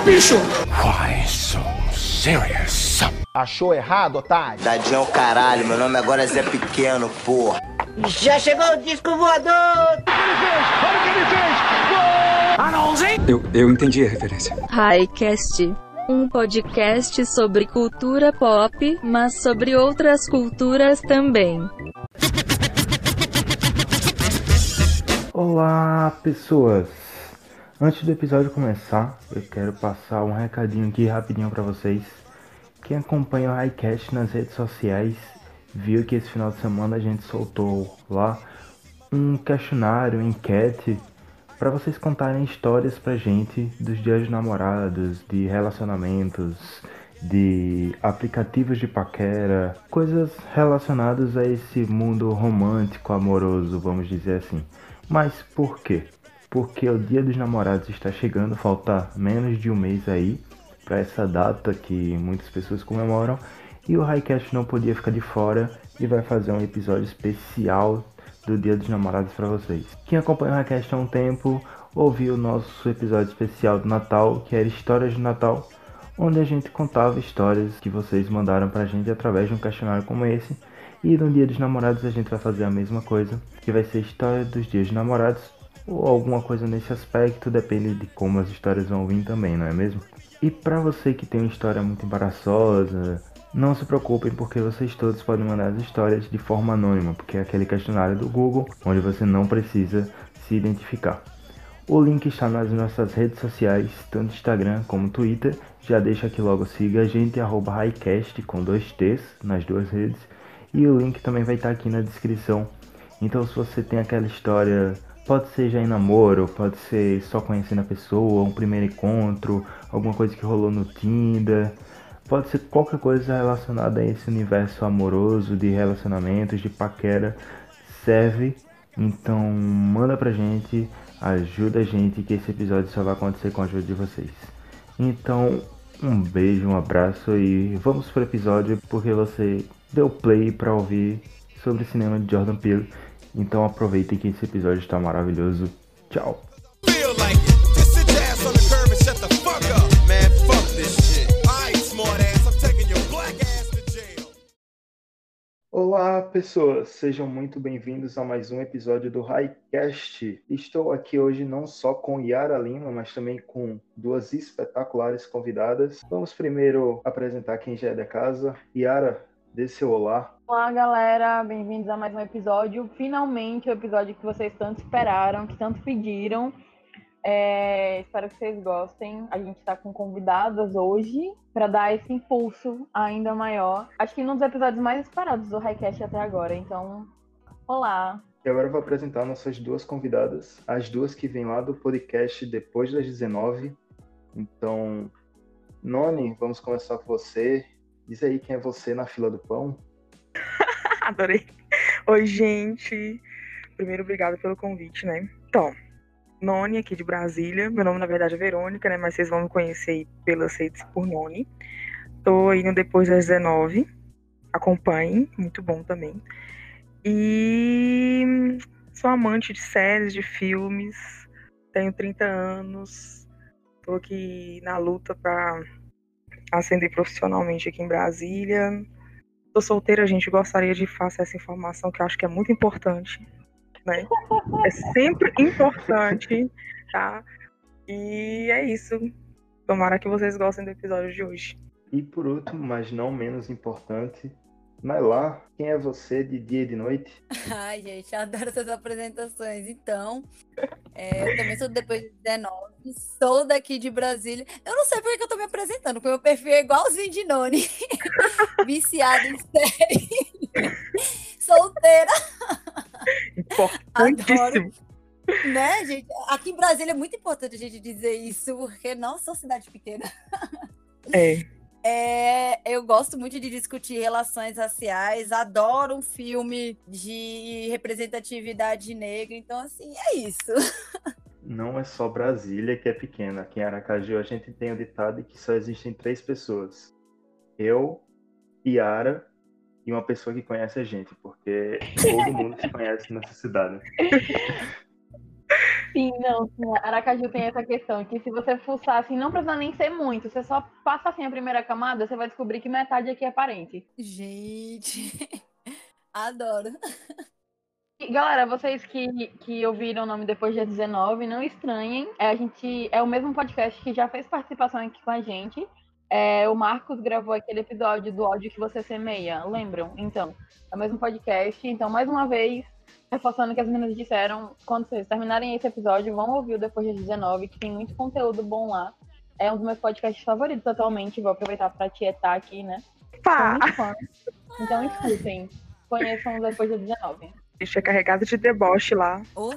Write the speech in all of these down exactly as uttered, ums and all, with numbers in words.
bicho! Why so serious? Achou errado, otário? Dadinho é o caralho, meu nome agora é Zé Pequeno, porra. Já chegou o disco voador! Olha o que ele fez! Olha o que ele fez! Gol! Arnoldzinho! Eu, eu entendi a referência. Highcast, um podcast sobre cultura pop, mas sobre outras culturas também. Olá, pessoas! Antes do episódio começar, eu quero passar um recadinho aqui rapidinho para vocês. Quem acompanha o Highcast nas redes sociais viu que esse final de semana a gente soltou lá um questionário, uma enquete, para vocês contarem histórias pra gente dos dias dos namorados, de relacionamentos, de aplicativos de paquera, coisas relacionadas a esse mundo romântico, amoroso, vamos dizer assim. Mas por quê? Porque o Dia dos Namorados está chegando, falta menos de um mês aí para essa data que muitas pessoas comemoram, e o Highcast não podia ficar de fora e vai fazer um episódio especial do Dia dos Namorados para vocês. Quem acompanha o Highcast há um tempo ouviu o nosso episódio especial do Natal, que era Histórias de Natal, onde a gente contava histórias que vocês mandaram pra gente através de um questionário como esse. E no Dia dos Namorados a gente vai fazer a mesma coisa, que vai ser história dos dias dos namorados, ou alguma coisa nesse aspecto, depende de como as histórias vão vir também, não é mesmo? E pra você que tem uma história muito embaraçosa, não se preocupem, porque vocês todos podem mandar as histórias de forma anônima, porque é aquele questionário do Google, onde você não precisa se identificar. O link está nas nossas redes sociais, tanto Instagram como Twitter. Já deixa aqui logo, siga a gente, arroba Highcast, com dois T's nas duas redes. E o link também vai estar aqui na descrição. Então se você tem aquela história, pode ser já em namoro, pode ser só conhecendo a pessoa, um primeiro encontro, alguma coisa que rolou no Tinder, pode ser qualquer coisa relacionada a esse universo amoroso, de relacionamentos, de paquera, serve. Então manda pra gente, ajuda a gente, que esse episódio só vai acontecer com a ajuda de vocês. Então um beijo, um abraço e vamos pro episódio, porque você deu play pra ouvir sobre o cinema de Jordan Peele. Então aproveitem que esse episódio está maravilhoso. Tchau! Olá, pessoas! Sejam muito bem-vindos a mais um episódio do Highcast. Estou aqui hoje não só com Yara Lima, mas também com duas espetaculares convidadas. Vamos primeiro apresentar quem já é da casa. Yara, dê seu olá. Olá, galera! Bem-vindos a mais um episódio. Finalmente, o episódio que vocês tanto esperaram, que tanto pediram. É, espero que vocês gostem. A gente está com convidadas hoje para dar esse impulso ainda maior. Acho que um dos episódios mais esperados do Highcast até agora. Então, olá! E agora eu vou apresentar nossas duas convidadas, as duas que vêm lá do podcast Depois das dezenove. Então, Noni, vamos começar com você. Diz aí quem é você na fila do pão. Adorei. Oi, gente. Primeiro, obrigada pelo convite, né? Então, Noni, aqui de Brasília. Meu nome, na verdade, é Verônica, né? Mas vocês vão me conhecer aí pelas redes por Noni. Tô indo Depois das dezenove. Acompanhem, muito bom também. E sou amante de séries, de filmes. Tenho trinta anos. Tô aqui na luta pra ascender profissionalmente aqui em Brasília. Tô solteira, gente. Gostaria de passar essa informação que eu acho que é muito importante, né? É sempre importante, tá? E é isso. Tomara que vocês gostem do episódio de hoje. E por último, mas não menos importante, Nailá, quem é você de dia e de noite? Ai, gente, adoro essas apresentações. Então, é, eu também sou do Depois de dezenove, sou daqui de Brasília. Eu não sei por que eu tô me apresentando, porque o meu perfil é igualzinho de Noni. Viciada em série. Solteira. Importantíssimo. Adoro. Né, gente? Aqui em Brasília é muito importante a gente dizer isso, porque não sou cidade pequena. É. É, eu gosto muito de discutir relações raciais, adoro um filme de representatividade negra, então assim, é isso. Não é só Brasília que é pequena. Aqui em Aracaju a gente tem o ditado que só existem três pessoas. Eu, Yara e uma pessoa que conhece a gente, porque todo mundo se conhece nessa cidade. Sim, não, sim, Aracaju tem essa questão, que se você fuçar assim, não precisa nem ser muito, você só passa assim a primeira camada, você vai descobrir que metade aqui é parente. Gente, adoro. E, galera, vocês que, que ouviram o nome depois do dia dezenove, não estranhem, é, a gente, é o mesmo podcast que já fez participação aqui com a gente, é, o Marcos gravou aquele episódio do áudio que você semeia, lembram? Então, é o mesmo podcast, então mais uma vez, reforçando o que as meninas disseram, quando vocês terminarem esse episódio, vão ouvir o Depois de dezenove, que tem muito conteúdo bom lá. É um dos meus podcasts favoritos atualmente. Vou aproveitar para tietar aqui, né? Sou muito fã. Então escutem. Conheçam o Depois de dezenove. Bicho é carregado de deboche lá. Oh.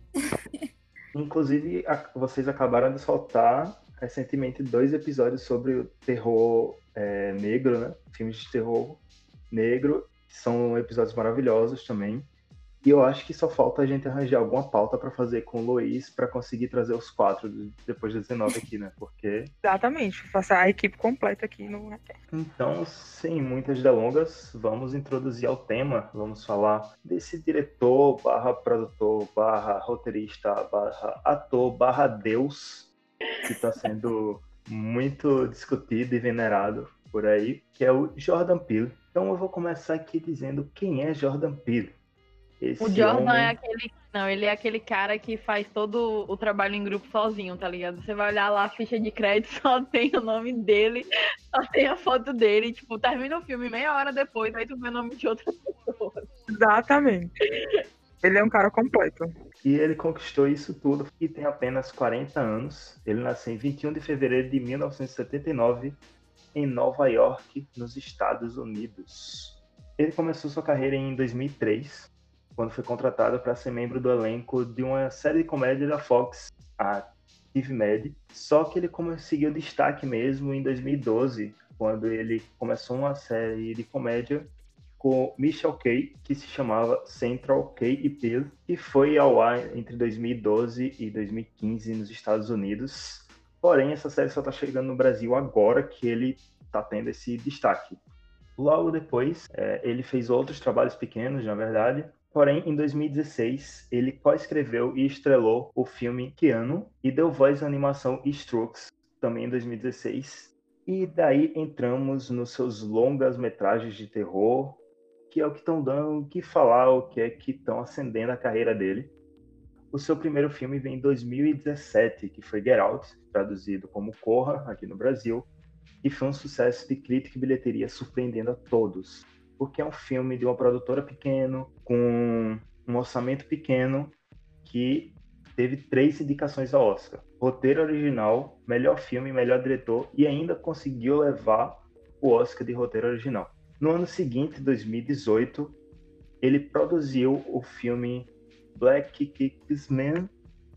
Inclusive, a- vocês acabaram de soltar recentemente dois episódios sobre o terror é, negro, né? Filmes de terror negro. São episódios maravilhosos também. E eu acho que só falta a gente arranjar alguma pauta pra fazer com o Luiz pra conseguir trazer os quatro do- depois de dezenove aqui, né? Porque... Exatamente, faça a equipe completa aqui no Request. Então, sem muitas delongas, vamos introduzir ao tema. Vamos falar desse diretor, barra produtor, barra roteirista, barra ator, barra Deus, que está sendo muito discutido e venerado por aí, que é o Jordan Peele. Então eu vou começar aqui dizendo quem é Jordan Peele. Esse O Jordan homem... é aquele. Não, ele é aquele cara que faz todo o trabalho em grupo sozinho, tá ligado? Você vai olhar lá a ficha de crédito, só tem o nome dele, só tem a foto dele. Tipo, termina o filme meia hora depois, aí tu vê o nome de outra pessoa. Exatamente. Ele é um cara completo. E ele conquistou isso tudo e tem apenas quarenta anos. Ele nasceu em vinte e um de fevereiro de mil novecentos e setenta e nove em Nova York, nos Estados Unidos. Ele começou sua carreira em dois mil e três, quando foi contratado para ser membro do elenco de uma série de comédia da Fox, a T V Med. Só que ele conseguiu destaque mesmo em dois mil e doze, quando ele começou uma série de comédia com Michael Kay, que se chamava Central Kay e Peele, que foi ao ar entre dois mil e doze e dois mil e quinze nos Estados Unidos. Porém, essa série só está chegando no Brasil agora que ele está tendo esse destaque. Logo depois, é, ele fez outros trabalhos pequenos, na verdade. Porém, em dois mil e dezesseis, ele coescreveu e estrelou o filme Keanu e deu voz à animação Strokes, também em dois mil e dezesseis. E daí entramos nos seus longas metragens de terror, que é o que estão dando o que falar, o que é que estão acendendo a carreira dele. O seu primeiro filme vem em dois mil e dezessete, que foi Get Out, traduzido como Corra, aqui no Brasil, e foi um sucesso de crítica e bilheteria surpreendendo a todos, porque é um filme de uma produtora pequena, com um orçamento pequeno, que teve três indicações ao Oscar. Roteiro original, melhor filme, melhor diretor, e ainda conseguiu levar o Oscar de roteiro original. No ano seguinte, dois mil e dezoito, ele produziu o filme Black Kingsman,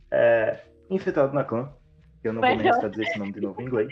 é, Infiltrado na Clã, que eu não vou nem arriscar dizer esse nome de novo em inglês,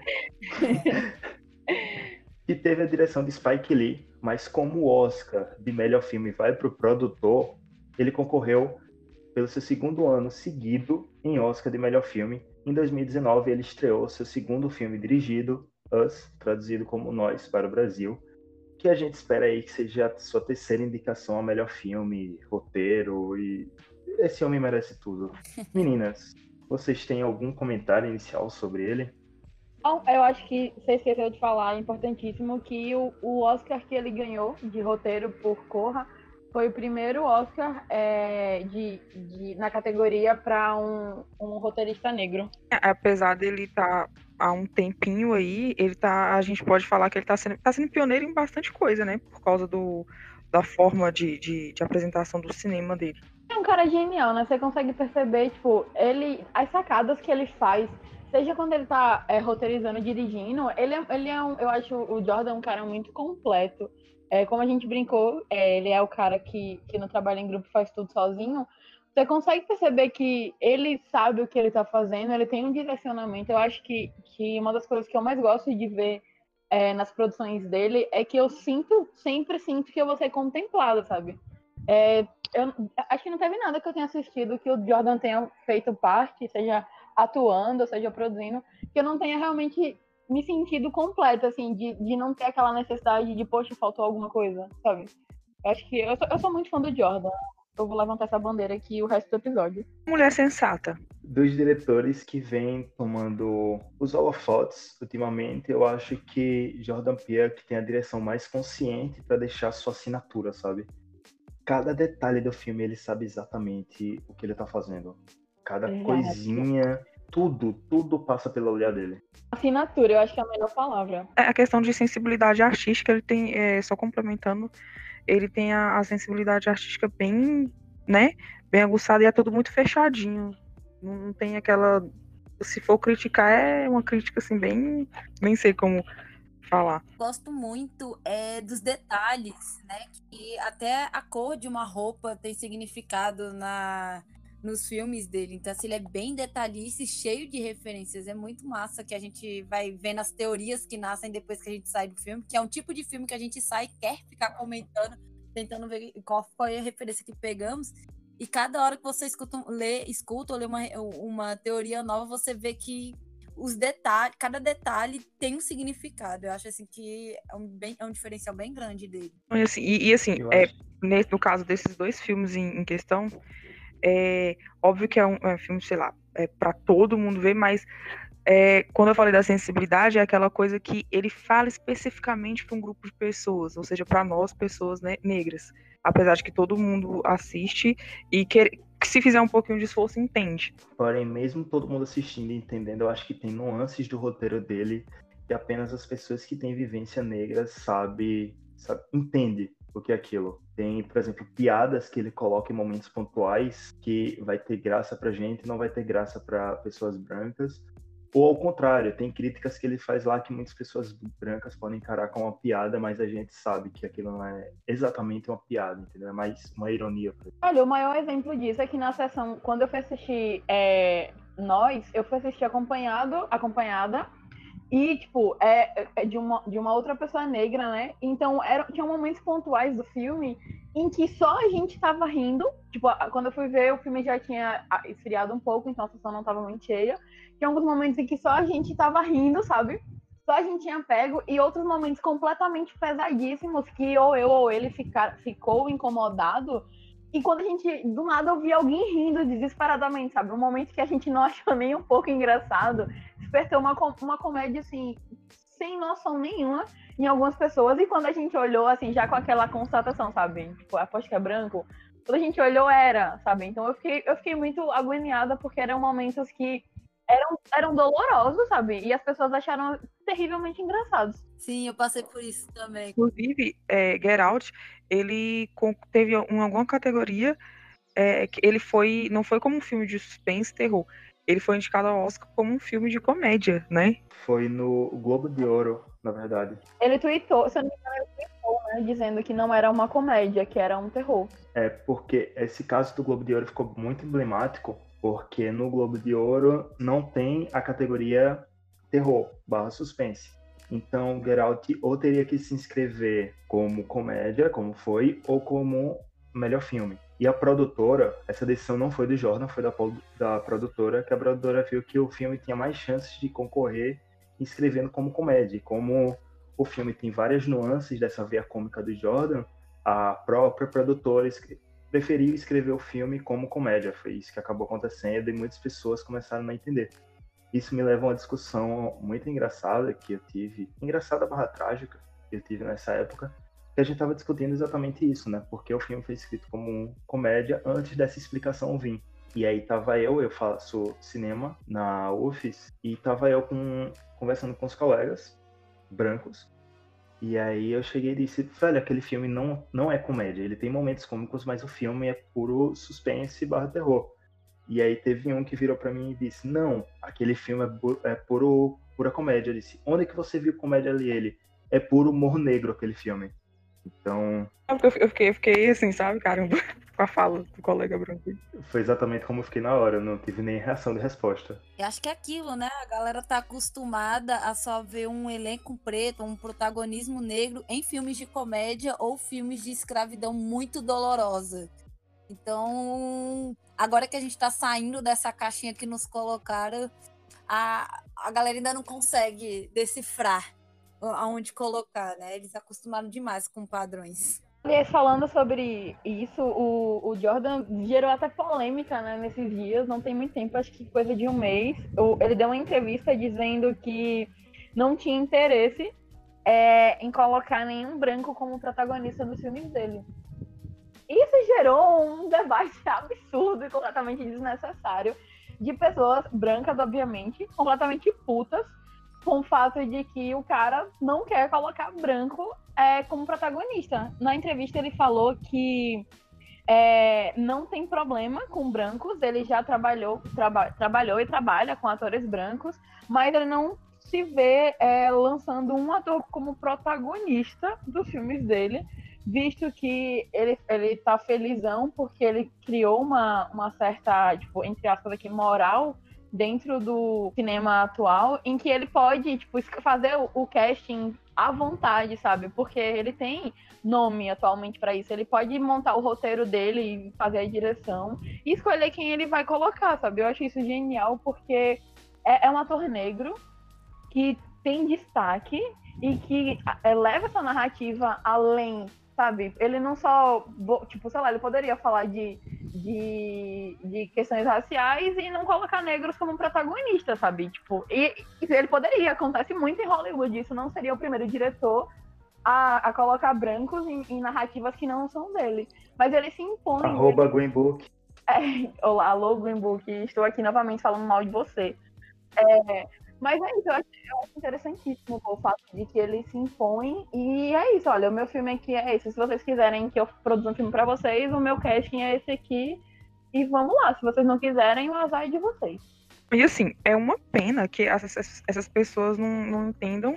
que teve a direção de Spike Lee, mas como o Oscar de melhor filme vai para o produtor, ele concorreu pelo seu segundo ano seguido em Oscar de melhor filme. Em dois mil e dezenove, ele estreou seu segundo filme dirigido, Us, traduzido como Nós para o Brasil, que a gente espera aí que seja a sua terceira indicação a melhor filme, roteiro, e esse homem merece tudo. Meninas, vocês têm algum comentário inicial sobre ele? Bom, eu acho que você esqueceu de falar, é importantíssimo, que o, o Oscar que ele ganhou de roteiro por Corra foi o primeiro Oscar é, de, de, na categoria para um, um roteirista negro. Apesar dele estar tá há um tempinho aí, ele tá, a gente pode falar que ele está sendo, tá sendo pioneiro em bastante coisa, né? Por causa do, da forma de, de, de apresentação do cinema dele. É um cara genial, né? Você consegue perceber, tipo, ele, as sacadas que ele faz, seja quando ele tá é, roteirizando, dirigindo, ele é, ele é um, eu acho o Jordan um cara muito completo. É, como a gente brincou, é, ele é o cara que, que no trabalho em grupo faz tudo sozinho. Você consegue perceber que ele sabe o que ele tá fazendo, ele tem um direcionamento. Eu acho que, que uma das coisas que eu mais gosto de ver é, nas produções dele é que eu sinto, sempre sinto que eu vou ser contemplada, sabe? É, eu acho que não teve nada que eu tenha assistido que o Jordan tenha feito parte, seja atuando, seja produzindo, que eu não tenha realmente me sentido completo, assim, de, de não ter aquela necessidade de, poxa, faltou alguma coisa, sabe? Eu acho que eu sou, eu sou muito fã do Jordan. eu vou levantar essa bandeira aqui o resto do episódio. Mulher sensata. Dos diretores que vem tomando os holofotes ultimamente, eu acho que Jordan Peele que tem a direção mais consciente para deixar sua assinatura, sabe? Cada detalhe do filme ele sabe exatamente o que ele tá fazendo. Cada Exato. coisinha, tudo, tudo passa pelo olhar dele. Assinatura, eu acho que é a melhor palavra. É a questão de sensibilidade artística, ele tem, é, só complementando, ele tem a, a sensibilidade artística bem, né, bem aguçada e é tudo muito fechadinho. Não tem aquela... Se for criticar, é uma crítica, assim, bem... Nem sei como falar. Gosto muito é, dos detalhes, né? Que até a cor de uma roupa tem significado na, nos filmes dele. Então, assim, ele é bem detalhista e cheio de referências. É muito massa que a gente vai vendo as teorias que nascem depois que a gente sai do filme, que é um tipo de filme que a gente sai e quer ficar comentando, tentando ver qual foi a referência que pegamos. E cada hora que você escuta, lê, escuta ou lê uma, uma teoria nova, você vê que os detalhes, cada detalhe tem um significado. Eu acho assim que é um, bem, é um diferencial bem grande dele. E, assim, e, e, assim é, nesse, no caso desses dois filmes em, em questão, é óbvio que é um, é um filme, sei lá, é para todo mundo ver, mas é, quando eu falei da sensibilidade, é aquela coisa que ele fala especificamente para um grupo de pessoas, ou seja, para nós, pessoas, né, negras. Apesar de que todo mundo assiste e que, que se fizer um pouquinho de esforço, entende. Porém, mesmo todo mundo assistindo e entendendo, eu acho que tem nuances do roteiro dele que apenas as pessoas que têm vivência negra sabem, sabe, entende o que é aquilo. Tem, por exemplo, piadas que ele coloca em momentos pontuais que vai ter graça pra gente e não vai ter graça para pessoas brancas. Ou ao contrário, tem críticas que ele faz lá que muitas pessoas brancas podem encarar como uma piada, mas a gente sabe que aquilo não é exatamente uma piada, entendeu? É mais uma ironia. Olha, o maior exemplo disso é que na sessão, quando eu fui assistir é, Nós, eu fui assistir acompanhado, acompanhada, e, tipo, é, é de, uma, de uma outra pessoa negra, né? Então, era, tinha momentos pontuais do filme em que só a gente tava rindo. Tipo, quando eu fui ver, o filme já tinha esfriado um pouco, então a sessão não tava muito cheia. Tinha alguns momentos em que só a gente tava rindo, sabe? Só a gente tinha pego. E outros momentos completamente pesadíssimos que ou eu ou ele ficar, ficou incomodado. E quando a gente, do nada, eu vi alguém rindo desesperadamente, sabe? Um momento que a gente não achou nem um pouco engraçado. Despertou uma, uma comédia, assim, sem noção nenhuma em algumas pessoas. E quando a gente olhou, assim, já com aquela constatação, sabe? Tipo, aposto que é branco. Quando a gente olhou, era, sabe? Então eu fiquei, eu fiquei muito agoniada, porque eram momentos que eram, eram dolorosos, sabe? E as pessoas acharam terrivelmente engraçados. Sim, eu passei por isso também. Inclusive, é, Get Out, ele teve um, alguma categoria, é, que ele foi, não foi como um filme de suspense, terror. Ele foi indicado ao Oscar como um filme de comédia, né? Foi no Globo de Ouro, na verdade. Ele tweetou, se eu não me engano, ele tweetou, né? Dizendo que não era uma comédia, que era um terror. É, porque esse caso do Globo de Ouro ficou muito emblemático, porque no Globo de Ouro não tem a categoria terror barra suspense. Então, Get Out ou teria que se inscrever como comédia, como foi, ou como melhor filme. E a produtora, essa decisão não foi do Jordan, foi da, da produtora, que a produtora viu que o filme tinha mais chances de concorrer inscrevendo como comédia. Como o filme tem várias nuances dessa veia cômica do Jordan, a própria produtora preferiu escrever o filme como comédia. Foi isso que acabou acontecendo e muitas pessoas começaram a não entender. Isso me leva a uma discussão muito engraçada que eu tive, engraçada barra trágica, que eu tive nessa época, que a gente estava discutindo exatamente isso, né? Porque o filme foi escrito como um comédia antes dessa explicação vir. E aí tava eu, eu faço cinema na U F S, e tava eu com, conversando com os colegas brancos, e aí eu cheguei e disse, velho, aquele filme não, não é comédia, ele tem momentos cômicos, mas o filme é puro suspense barra terror. E aí teve um que virou pra mim e disse, não, aquele filme é, bu- é puro, pura comédia. Eu disse, onde é que você viu comédia ali? Ele, é puro humor negro aquele filme. Então... Eu fiquei, eu fiquei assim, sabe, caramba, com a fala do colega branco. Foi exatamente como eu fiquei na hora, eu não tive nem reação de resposta. Eu acho que é aquilo, né? A galera tá acostumada a só ver um elenco preto, um protagonismo negro em filmes de comédia ou filmes de escravidão muito dolorosa. Então, agora que a gente tá saindo dessa caixinha que nos colocaram, a, a galera ainda não consegue decifrar aonde colocar, né? Eles acostumaram demais com padrões. Aliás, falando sobre isso, o, o Jordan gerou até polêmica, né, nesses dias, não tem muito tempo, acho que coisa de um mês. O, ele deu uma entrevista dizendo que não tinha interesse é, em colocar nenhum branco como protagonista dos filmes dele. Isso gerou um debate absurdo e completamente desnecessário de pessoas brancas, obviamente, completamente putas, com o fato de que o cara não quer colocar branco é, como protagonista. Na entrevista ele falou que é, não tem problema com brancos, ele já trabalhou, traba, trabalhou e trabalha com atores brancos, mas ele não se vê é, lançando um ator como protagonista dos filmes dele, visto que ele, ele tá felizão porque ele criou uma, uma certa, tipo, entre aspas aqui, moral dentro do cinema atual, em que ele pode, tipo, fazer o, o casting à vontade, sabe? Porque ele tem nome atualmente para isso. Ele pode montar o roteiro dele e fazer a direção e escolher quem ele vai colocar, sabe? Eu acho isso genial porque é, é um ator negro que tem destaque e que é, leva essa narrativa além, sabe? Ele não só, tipo, sei lá, ele poderia falar de, de, de questões raciais e não colocar negros como protagonista, sabe? Tipo, e, e ele poderia, acontece muito em Hollywood, isso não seria o primeiro diretor a, a colocar brancos em, em narrativas que não são dele. Mas ele se impõe. Arroba ele... Green Book. É, olá, alô Green Book, estou aqui novamente falando mal de você. É... Mas é isso, eu acho, eu acho interessantíssimo o fato de que ele se impõe. E é isso, olha, o meu filme aqui é esse. Se vocês quiserem que eu produza um filme pra vocês, o meu casting é esse aqui. E vamos lá, se vocês não quiserem, o azar é de vocês. E assim, é uma pena que essas, essas pessoas não, não entendam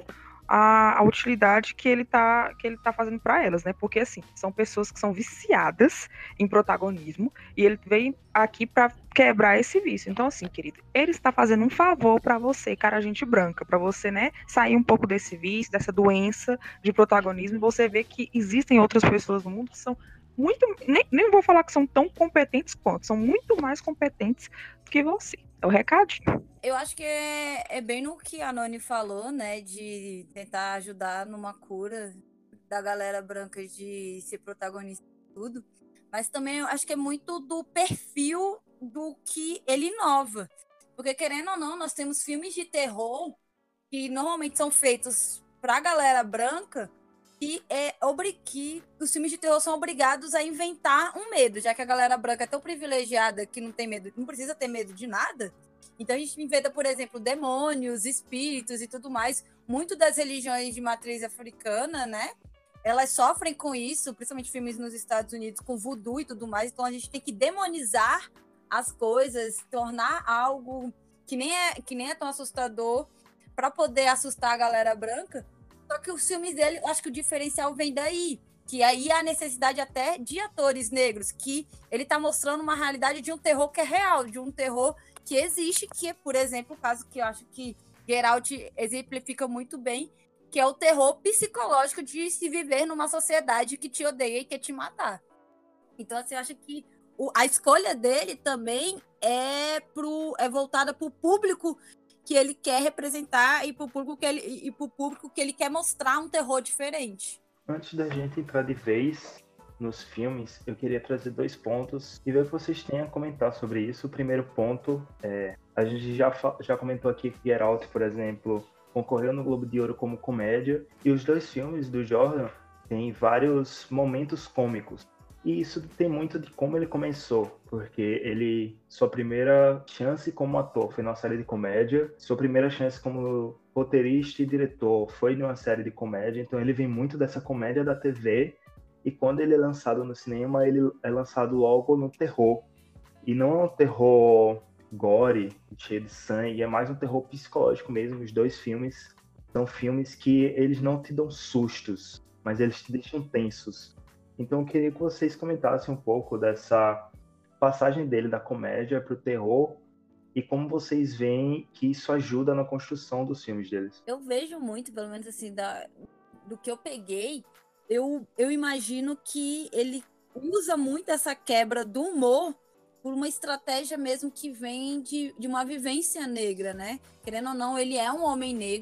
a, a utilidade que ele tá, que ele tá fazendo para elas, né? Porque assim, são pessoas que são viciadas em protagonismo e ele veio aqui para quebrar esse vício. Então assim, querido, ele está fazendo um favor para você, cara, gente branca, para você, né, sair um pouco desse vício, dessa doença de protagonismo e você ver que existem outras pessoas no mundo que são muito, nem, nem vou falar que são tão competentes quanto, são muito mais competentes do que você. É o recadinho. Eu acho que é, é bem no que a Noni falou, né? De tentar ajudar numa cura da galera branca de ser protagonista de tudo. Mas também eu acho que é muito do perfil do que ele inova. Porque, querendo ou não, nós temos filmes de terror que normalmente são feitos pra galera branca e é que os filmes de terror são obrigados a inventar um medo, já que a galera branca é tão privilegiada que não tem medo, não precisa ter medo de nada. Então a gente inventa, por exemplo, demônios, espíritos e tudo mais. Muito das religiões de matriz africana, né? Elas sofrem com isso, principalmente filmes nos Estados Unidos, com voodoo e tudo mais. Então a gente tem que demonizar as coisas, tornar algo que nem é, que nem é tão assustador para poder assustar a galera branca. Só que os filmes dele, eu acho que o diferencial vem daí. Que aí há necessidade até de atores negros, que ele tá mostrando uma realidade de um terror que é real, de um terror que existe, que é, por exemplo, o caso que eu acho que Geralt exemplifica muito bem, que é o terror psicológico de se viver numa sociedade que te odeia e quer te matar. Então, assim, eu acho que o, a escolha dele também é, pro, é voltada para o público que ele quer representar e para o público que ele, e pro público que ele quer mostrar um terror diferente. Antes da gente entrar de vez nos filmes, eu queria trazer dois pontos e ver o que vocês têm a comentar sobre isso. O primeiro ponto é, a gente já, já comentou aqui que Get Out, por exemplo, concorreu no Globo de Ouro como comédia, e os dois filmes do Jordan têm vários momentos cômicos. E isso tem muito de como ele começou, porque ele, sua primeira chance como ator foi numa série de comédia, sua primeira chance como roteirista e diretor foi numa série de comédia, então ele vem muito dessa comédia da T V, e quando ele é lançado no cinema, ele é lançado logo no terror. E não é um terror gore, cheio de sangue, é mais um terror psicológico mesmo. Os dois filmes são filmes que eles não te dão sustos, mas eles te deixam tensos. Então eu queria que vocês comentassem um pouco dessa passagem dele da comédia para o terror e como vocês veem que isso ajuda na construção dos filmes deles. Eu vejo muito, pelo menos assim, da, do que eu peguei, eu, eu imagino que ele usa muito essa quebra do humor por uma estratégia mesmo que vem de, de uma vivência negra, né? Querendo ou não, ele é um homem negro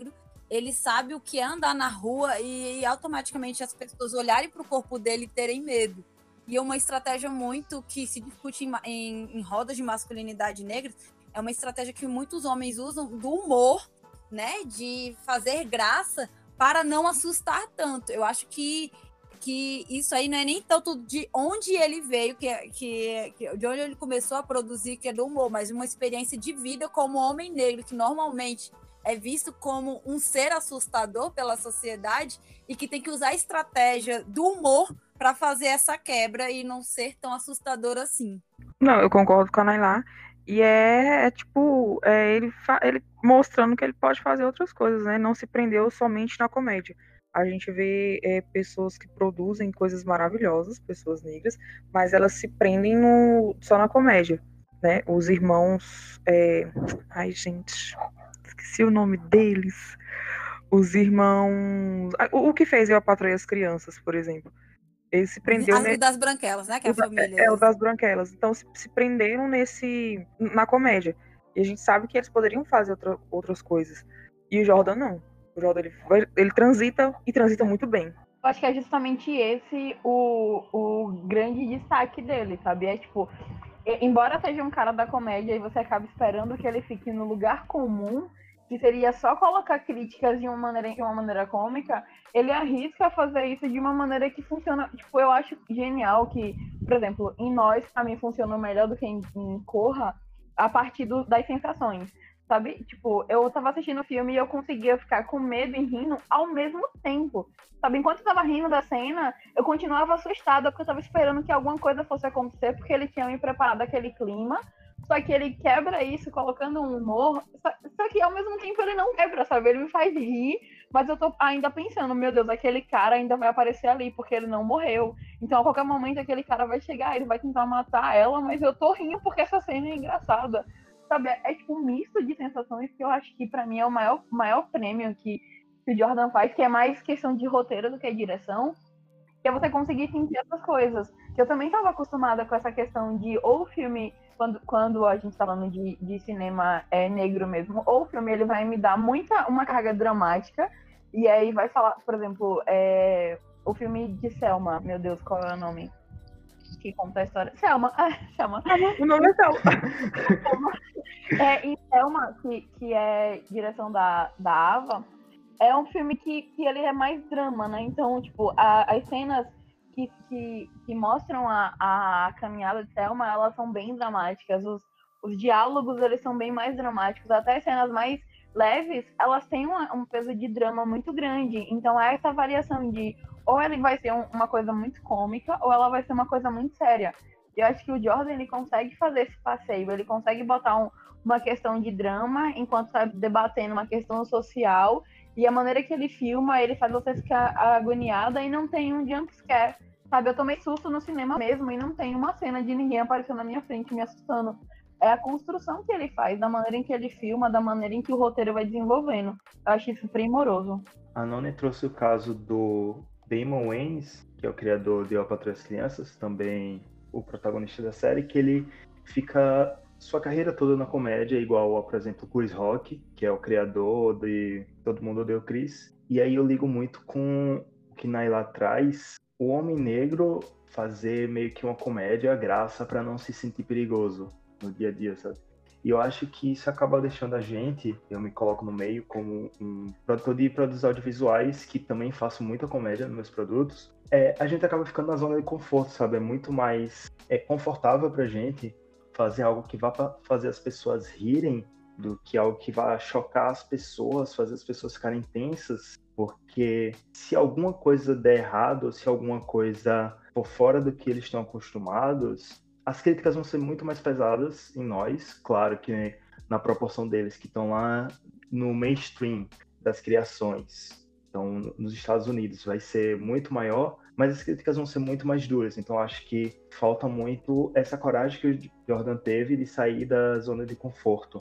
ele sabe o que é andar na rua e, e automaticamente as pessoas olharem para o corpo dele e terem medo. E é uma estratégia muito que se discute em, em, em rodas de masculinidade negra, é uma estratégia que muitos homens usam do humor, né, de fazer graça para não assustar tanto. Eu acho que, que isso aí não é nem tanto de onde ele veio, que, que, que, de onde ele começou a produzir, que é do humor, mas uma experiência de vida como homem negro, que normalmente é visto como um ser assustador pela sociedade e que tem que usar a estratégia do humor para fazer essa quebra e não ser tão assustador assim. Não, eu concordo com a Nailá. E é, é tipo, é ele, ele mostrando que ele pode fazer outras coisas, né? Não se prendeu somente na comédia. A gente vê é, pessoas que produzem coisas maravilhosas, pessoas negras, mas elas se prendem no, só na comédia, né? Os irmãos... É... Ai, gente, esqueci o nome deles. Os irmãos... O, o que fez Eu, a Patroa e as Crianças, por exemplo. Ele se prendeu... As ne... das Branquelas, né? Que é a família. É, é o das Branquelas. Então, se, se prenderam nesse... na comédia. E a gente sabe que eles poderiam fazer outra, outras coisas. E o Jordan, não. O Jordan, ele, ele transita e transita muito bem. Eu acho que é justamente esse o, o grande destaque dele, sabe? É tipo... Embora seja um cara da comédia e você acaba esperando que ele fique no lugar comum, que seria só colocar críticas de uma maneira, de uma maneira cômica, ele arrisca fazer isso de uma maneira que funciona. Tipo, eu acho genial que, por exemplo, em Nós, pra mim, funciona melhor do que em, em Corra, a partir do, das sensações, sabe? Tipo, eu tava assistindo o filme e eu conseguia ficar com medo e rindo ao mesmo tempo, sabe? Enquanto eu tava rindo da cena, eu continuava assustada, porque eu tava esperando que alguma coisa fosse acontecer, porque ele tinha me preparado aquele clima. Só que ele quebra isso colocando um humor, só, só que ao mesmo tempo ele não quebra, sabe? Ele me faz rir, mas eu tô ainda pensando, meu Deus, aquele cara ainda vai aparecer ali, porque ele não morreu. Então a qualquer momento aquele cara vai chegar, ele vai tentar matar ela, mas eu tô rindo porque essa cena é engraçada. Sabe? É, é tipo um misto de sensações que eu acho que pra mim é o maior, maior prêmio que, que o Jordan faz, que é mais questão de roteiro do que direção, que é você conseguir sentir essas coisas. Que eu também estava acostumada com essa questão de ou o filme, quando, quando a gente está falando de, de cinema é, negro mesmo, ou o filme ele vai me dar muita, uma carga dramática, e aí vai falar, por exemplo, é, o filme de Selma, meu Deus, qual é o nome? Que conta a história. Selma, ah, Selma. O nome é Selma. É, em Selma, que, que é direção da, da Ava, é um filme que, que ele é mais drama, né? Então, tipo, a, as cenas que, que, que mostram a, a caminhada de Selma, elas são bem dramáticas. Os, os diálogos, eles são bem mais dramáticos. Até as cenas mais leves, elas têm uma, um peso de drama muito grande. Então, é essa variação de ou ele vai ser um, uma coisa muito cômica, ou ela vai ser uma coisa muito séria. Eu acho que o Jordan, ele consegue fazer esse passeio. Ele consegue botar um, uma questão de drama, enquanto está debatendo uma questão social. E a maneira que ele filma, ele faz você ficar agoniada e não tem um jumpscare, sabe? Eu tomei susto no cinema mesmo e não tem uma cena de ninguém aparecendo na minha frente me assustando. É a construção que ele faz, da maneira em que ele filma, da maneira em que o roteiro vai desenvolvendo. Eu acho isso primoroso. A Noni trouxe o caso do Damon Wayans, que é o criador de Eu, a Patroa e as Crianças, também o protagonista da série, que ele fica sua carreira toda na comédia, igual a, por exemplo, Chris Rock, que é o criador de Todo Mundo Odeia o Chris. E aí eu ligo muito com o que Nailá traz, o homem negro fazer meio que uma comédia, graça, para não se sentir perigoso no dia a dia, sabe? E eu acho que isso acaba deixando a gente, eu me coloco no meio como um produtor de produtos audiovisuais, que também faço muita comédia nos meus produtos, é, a gente acaba ficando na zona de conforto, sabe? É muito mais é confortável pra gente fazer algo que vá fazer as pessoas rirem do que algo que vá chocar as pessoas, fazer as pessoas ficarem tensas, porque se alguma coisa der errado, ou se alguma coisa for fora do que eles estão acostumados, as críticas vão ser muito mais pesadas em nós, claro que, né, na proporção deles que estão lá no mainstream das criações. Então, nos Estados Unidos vai ser muito maior, mas as críticas vão ser muito mais duras. Então, acho que falta muito essa coragem que o Jordan teve de sair da zona de conforto.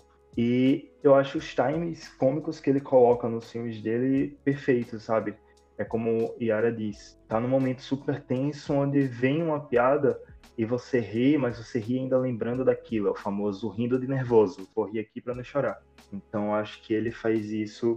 E eu acho os times cômicos que ele coloca nos filmes dele perfeitos, sabe? É como Yara diz, tá num momento super tenso, onde vem uma piada e você ri, mas você ri ainda lembrando daquilo, é o famoso rindo de nervoso, vou rir aqui pra não chorar. Então acho que ele faz isso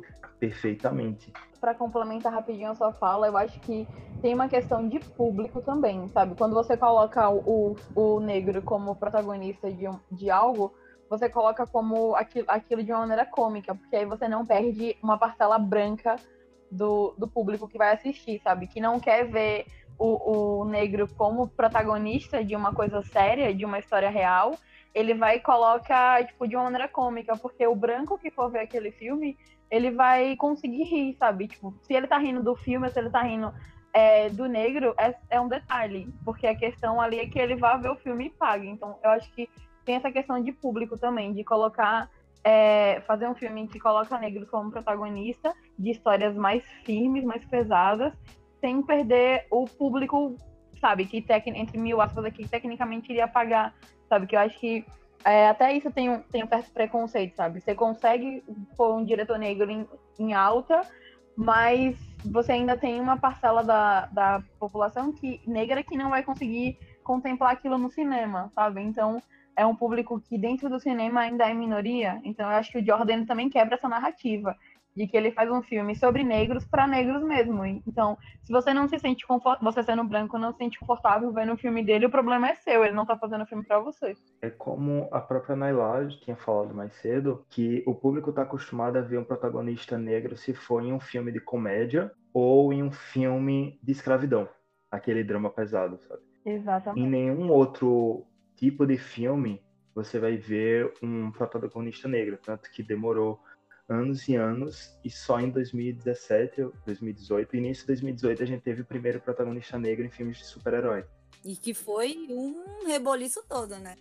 perfeitamente. Para complementar rapidinho a sua fala, eu acho que tem uma questão de público também, sabe? Quando você coloca o, o negro como protagonista de, um, de algo, você coloca como aquilo, aquilo de uma maneira cômica, porque aí você não perde uma parcela branca do, do público que vai assistir, sabe? Que não quer ver o, o negro como protagonista de uma coisa séria, de uma história real, ele vai e coloca, tipo, de uma maneira cômica, porque o branco que for ver aquele filme, ele vai conseguir rir, sabe? Tipo, se ele tá rindo do filme, se ele tá rindo é, do negro, é, é um detalhe, porque a questão ali é que ele vai ver o filme e paga. Então, eu acho que tem essa questão de público também, de colocar, é, fazer um filme que coloca negros como protagonista, de histórias mais firmes, mais pesadas, sem perder o público, sabe? Que tec- entre mil aspas aqui, tecnicamente iria pagar, sabe? Que eu acho que é, até isso tem um, tem um certo preconceito, sabe? Você consegue pôr um diretor negro em, em alta, mas você ainda tem uma parcela da, da população que, negra que não vai conseguir contemplar aquilo no cinema, sabe? Então, é um público que dentro do cinema ainda é minoria. Então, eu acho que o Jordan também quebra essa narrativa de que ele faz um filme sobre negros para negros mesmo. Então, se você não se sente confortável, você sendo branco, não se sente confortável vendo o filme dele, o problema é seu, ele não tá fazendo o filme para você. É como a própria Nailá tinha falado mais cedo, que o público está acostumado a ver um protagonista negro se for em um filme de comédia ou em um filme de escravidão, aquele drama pesado, sabe? Exatamente. Em nenhum outro tipo de filme você vai ver um protagonista negro, tanto que demorou anos e anos, e só em dois mil e dezessete, dois mil e dezoito, início de dois mil e dezoito, a gente teve o primeiro protagonista negro em filmes de super-herói. E que foi um reboliço todo, né?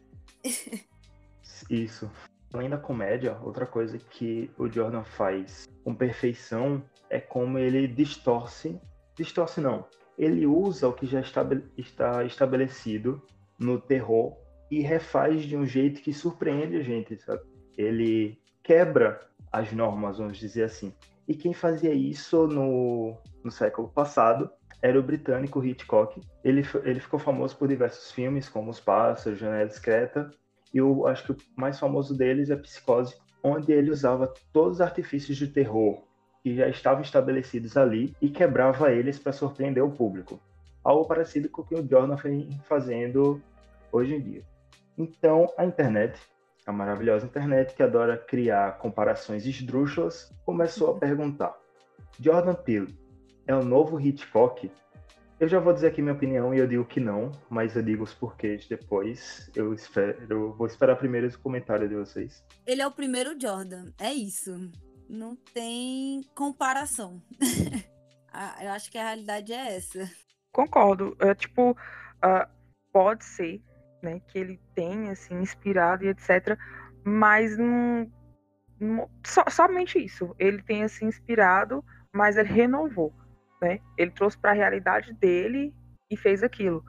Isso. Além da comédia, outra coisa que o Jordan faz com perfeição é como ele distorce, distorce não, ele usa o que já estabele- está estabelecido no terror e refaz de um jeito que surpreende a gente, sabe? Ele quebra as normas, vamos dizer assim. E quem fazia isso no, no século passado era o britânico Hitchcock. Ele, ele ficou famoso por diversos filmes, como Os Pássaros, Janela Discreta, e eu acho que o mais famoso deles é Psicose, onde ele usava todos os artifícios de terror que já estavam estabelecidos ali e quebrava eles para surpreender o público. Algo parecido com o que o Jordan vem fazendo hoje em dia. Então, a internet, a maravilhosa internet que adora criar comparações esdrúxulas, começou a perguntar: Jordan Peele é o novo Hitchcock? Eu já vou dizer aqui minha opinião e eu digo que não, mas eu digo os porquês depois. Eu espero, vou esperar primeiro os comentários de vocês. Ele é o primeiro Jordan, é isso. Não tem comparação. Eu acho que a realidade é essa. Concordo. É, tipo, uh, pode ser, né, que ele tenha, assim, inspirado e etcétera, mas não, não, so, somente isso. Ele tenha se inspirado, mas ele renovou, né? Ele trouxe para a realidade dele e fez aquilo.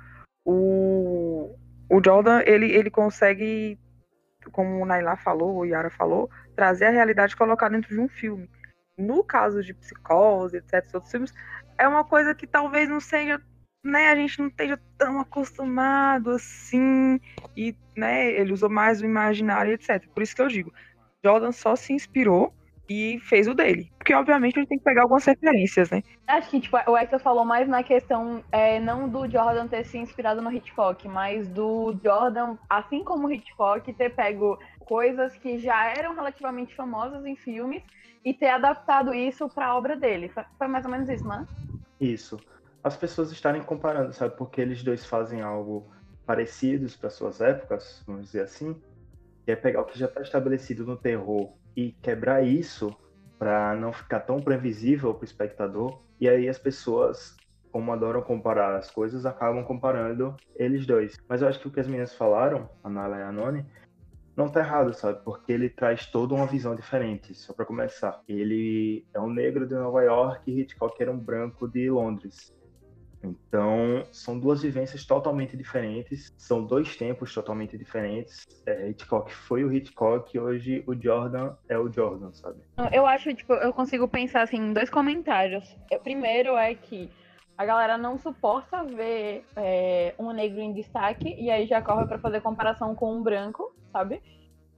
O, o Jordan, ele, ele consegue, como o Nailá falou, o Yara falou, trazer a realidade e colocar dentro de um filme. No caso de Psicose, etcétera, outros filmes, é uma coisa que talvez não seja, né, a gente não esteja tão acostumado assim, e, né, ele usou mais o imaginário, etcétera. Por isso que eu digo, Jordan só se inspirou e fez o dele. Porque, obviamente, a gente tem que pegar algumas referências, né? Acho que, tipo, o Hector falou mais na questão, é, não do Jordan ter se inspirado no Hitchcock, mas do Jordan, assim como o Hitchcock, ter pego coisas que já eram relativamente famosas em filmes e ter adaptado isso para a obra dele. Foi mais ou menos isso, né? Isso. As pessoas estarem comparando, sabe? Porque eles dois fazem algo parecidos para suas épocas, vamos dizer assim, que é pegar o que já está estabelecido no terror e quebrar isso para não ficar tão previsível para o espectador. E aí as pessoas, como adoram comparar as coisas, acabam comparando eles dois. Mas eu acho que o que as meninas falaram, a Nala e a Noni, não tá errado, sabe? Porque ele traz toda uma visão diferente. Só para começar, ele é um negro de Nova York e Hitchcock era um branco de Londres. Então, são duas vivências totalmente diferentes, são dois tempos totalmente diferentes. É, Hitchcock foi o Hitchcock e hoje o Jordan é o Jordan, sabe? Eu acho, tipo, eu consigo pensar, assim, em dois comentários. O primeiro é que a galera não suporta ver é, um negro em destaque e aí já corre pra fazer comparação com um branco, sabe?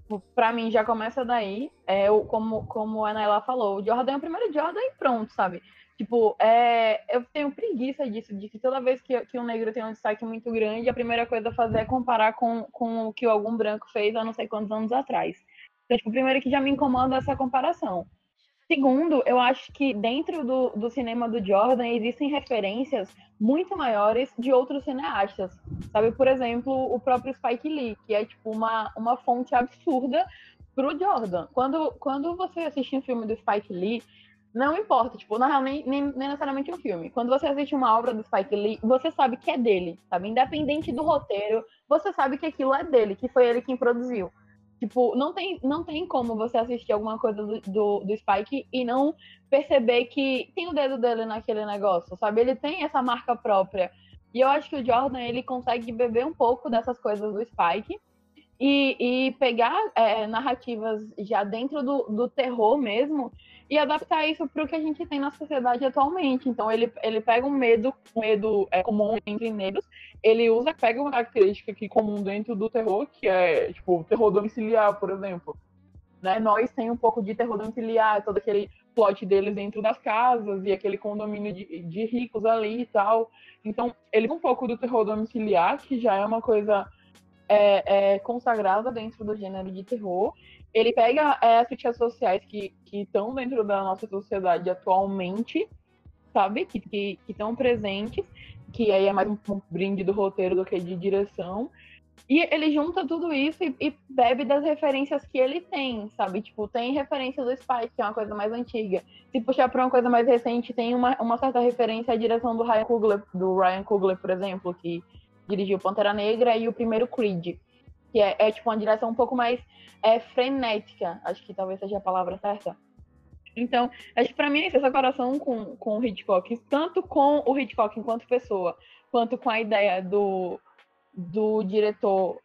Pra mim, já começa daí. É, o- como, como a Naila falou, o Jordan é o primeiro Jordan e pronto, sabe? Tipo, é, eu tenho preguiça disso, de que toda vez que, que um negro tem um destaque muito grande, a primeira coisa a fazer é comparar com, com o que algum branco fez há não sei quantos anos atrás. Então, tipo, primeiro que já me incomoda essa comparação. Segundo, eu acho que dentro do, do cinema do Jordan existem referências muito maiores de outros cineastas. Sabe, por exemplo, o próprio Spike Lee, que é tipo uma, uma fonte absurda pro Jordan. Quando, quando você assiste um filme do Spike Lee, não importa, tipo, na real, nem, nem, nem necessariamente um filme. Quando você assiste uma obra do Spike Lee, você sabe que é dele, sabe? Independente do roteiro, você sabe que aquilo é dele, que foi ele quem produziu. Tipo, não tem, não tem como você assistir alguma coisa do, do, do Spike e não perceber que tem o dedo dele naquele negócio, sabe? Ele tem essa marca própria. E eu acho que o Jordan, ele consegue beber um pouco dessas coisas do Spike e, e pegar é, narrativas já dentro do, do terror mesmo e adaptar isso para o que a gente tem na sociedade atualmente. Então, ele, ele pega um medo, um medo é, comum entre negros, ele usa, pega uma característica que é comum dentro do terror, que é, tipo, o terror domiciliar, por exemplo. Né? Nós tem um pouco de terror domiciliar, todo aquele plot deles dentro das casas e aquele condomínio de, de ricos ali e tal. Então, ele um pouco do terror domiciliar, que já é uma coisa é, é, consagrada dentro do gênero de terror. Ele pega é, as críticas sociais que estão dentro da nossa sociedade atualmente, sabe? Que estão presentes, que aí é mais um, um brinde do roteiro do que de direção. E ele junta tudo isso e, e bebe das referências que ele tem, sabe? Tipo, tem referência do Spike, que é uma coisa mais antiga. Se puxar para uma coisa mais recente, tem uma, uma certa referência à direção do Ryan Coogler, do Ryan Coogler, por exemplo, que dirigiu Pantera Negra e o primeiro Creed, que é, é tipo uma direção um pouco mais é, frenética, acho que talvez seja a palavra certa. Então, acho que pra mim essa comparação com, com o Hitchcock, tanto com o Hitchcock enquanto pessoa, quanto com a ideia do, do diretor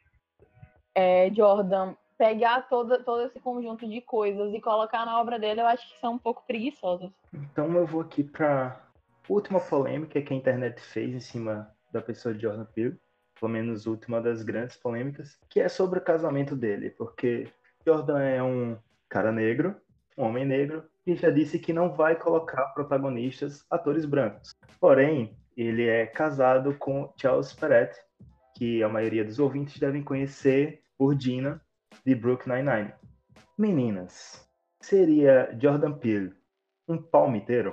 é, Jordan pegar todo, todo esse conjunto de coisas e colocar na obra dele, eu acho que são um pouco preguiçosas. Então eu vou aqui pra última polêmica que a internet fez em cima da pessoa de Jordan Peele, pelo menos última das grandes polêmicas, que é sobre o casamento dele, porque Jordan é um cara negro, um homem negro, e já disse que não vai colocar protagonistas atores brancos. Porém, ele é casado com Charles Perrette, que a maioria dos ouvintes devem conhecer por Gina, de Brooklyn Nine-Nine. Meninas, seria Jordan Peele um palmiteiro?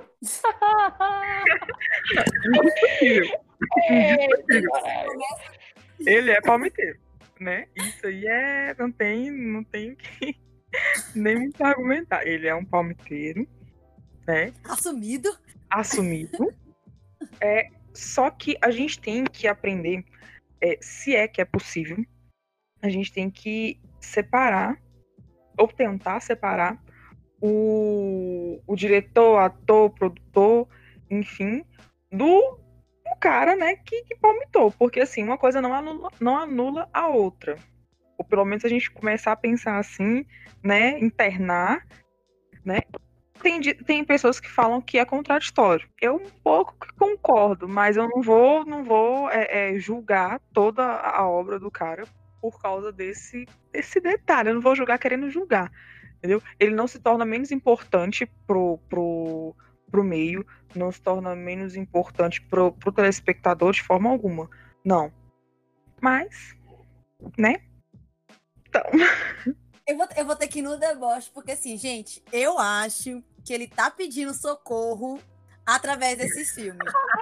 Ele é palmiteiro, né? Isso aí é... Não tem, não tem que nem muito argumentar. Ele é um palmiteiro, né? Assumido. Assumido. É, só que a gente tem que aprender, é, se é que é possível, a gente tem que separar, ou tentar separar, o, o diretor, ator, produtor, enfim, do, do cara, né, que, que palmitou. Porque, assim, uma coisa não anula, não anula a outra. Ou pelo menos a gente começar a pensar assim, né, internar, né. Tem, tem pessoas que falam que é contraditório. Eu um pouco que concordo, mas eu não vou, não vou é, é, julgar toda a obra do cara por causa desse, desse detalhe. Eu não vou julgar querendo julgar, entendeu? Ele não se torna menos importante pro, pro, pro meio, não se torna menos importante pro, pro telespectador de forma alguma. Não. Mas, né? Então... Eu vou, eu vou ter que ir no deboche, porque assim, gente, eu acho que ele tá pedindo socorro através desses filmes.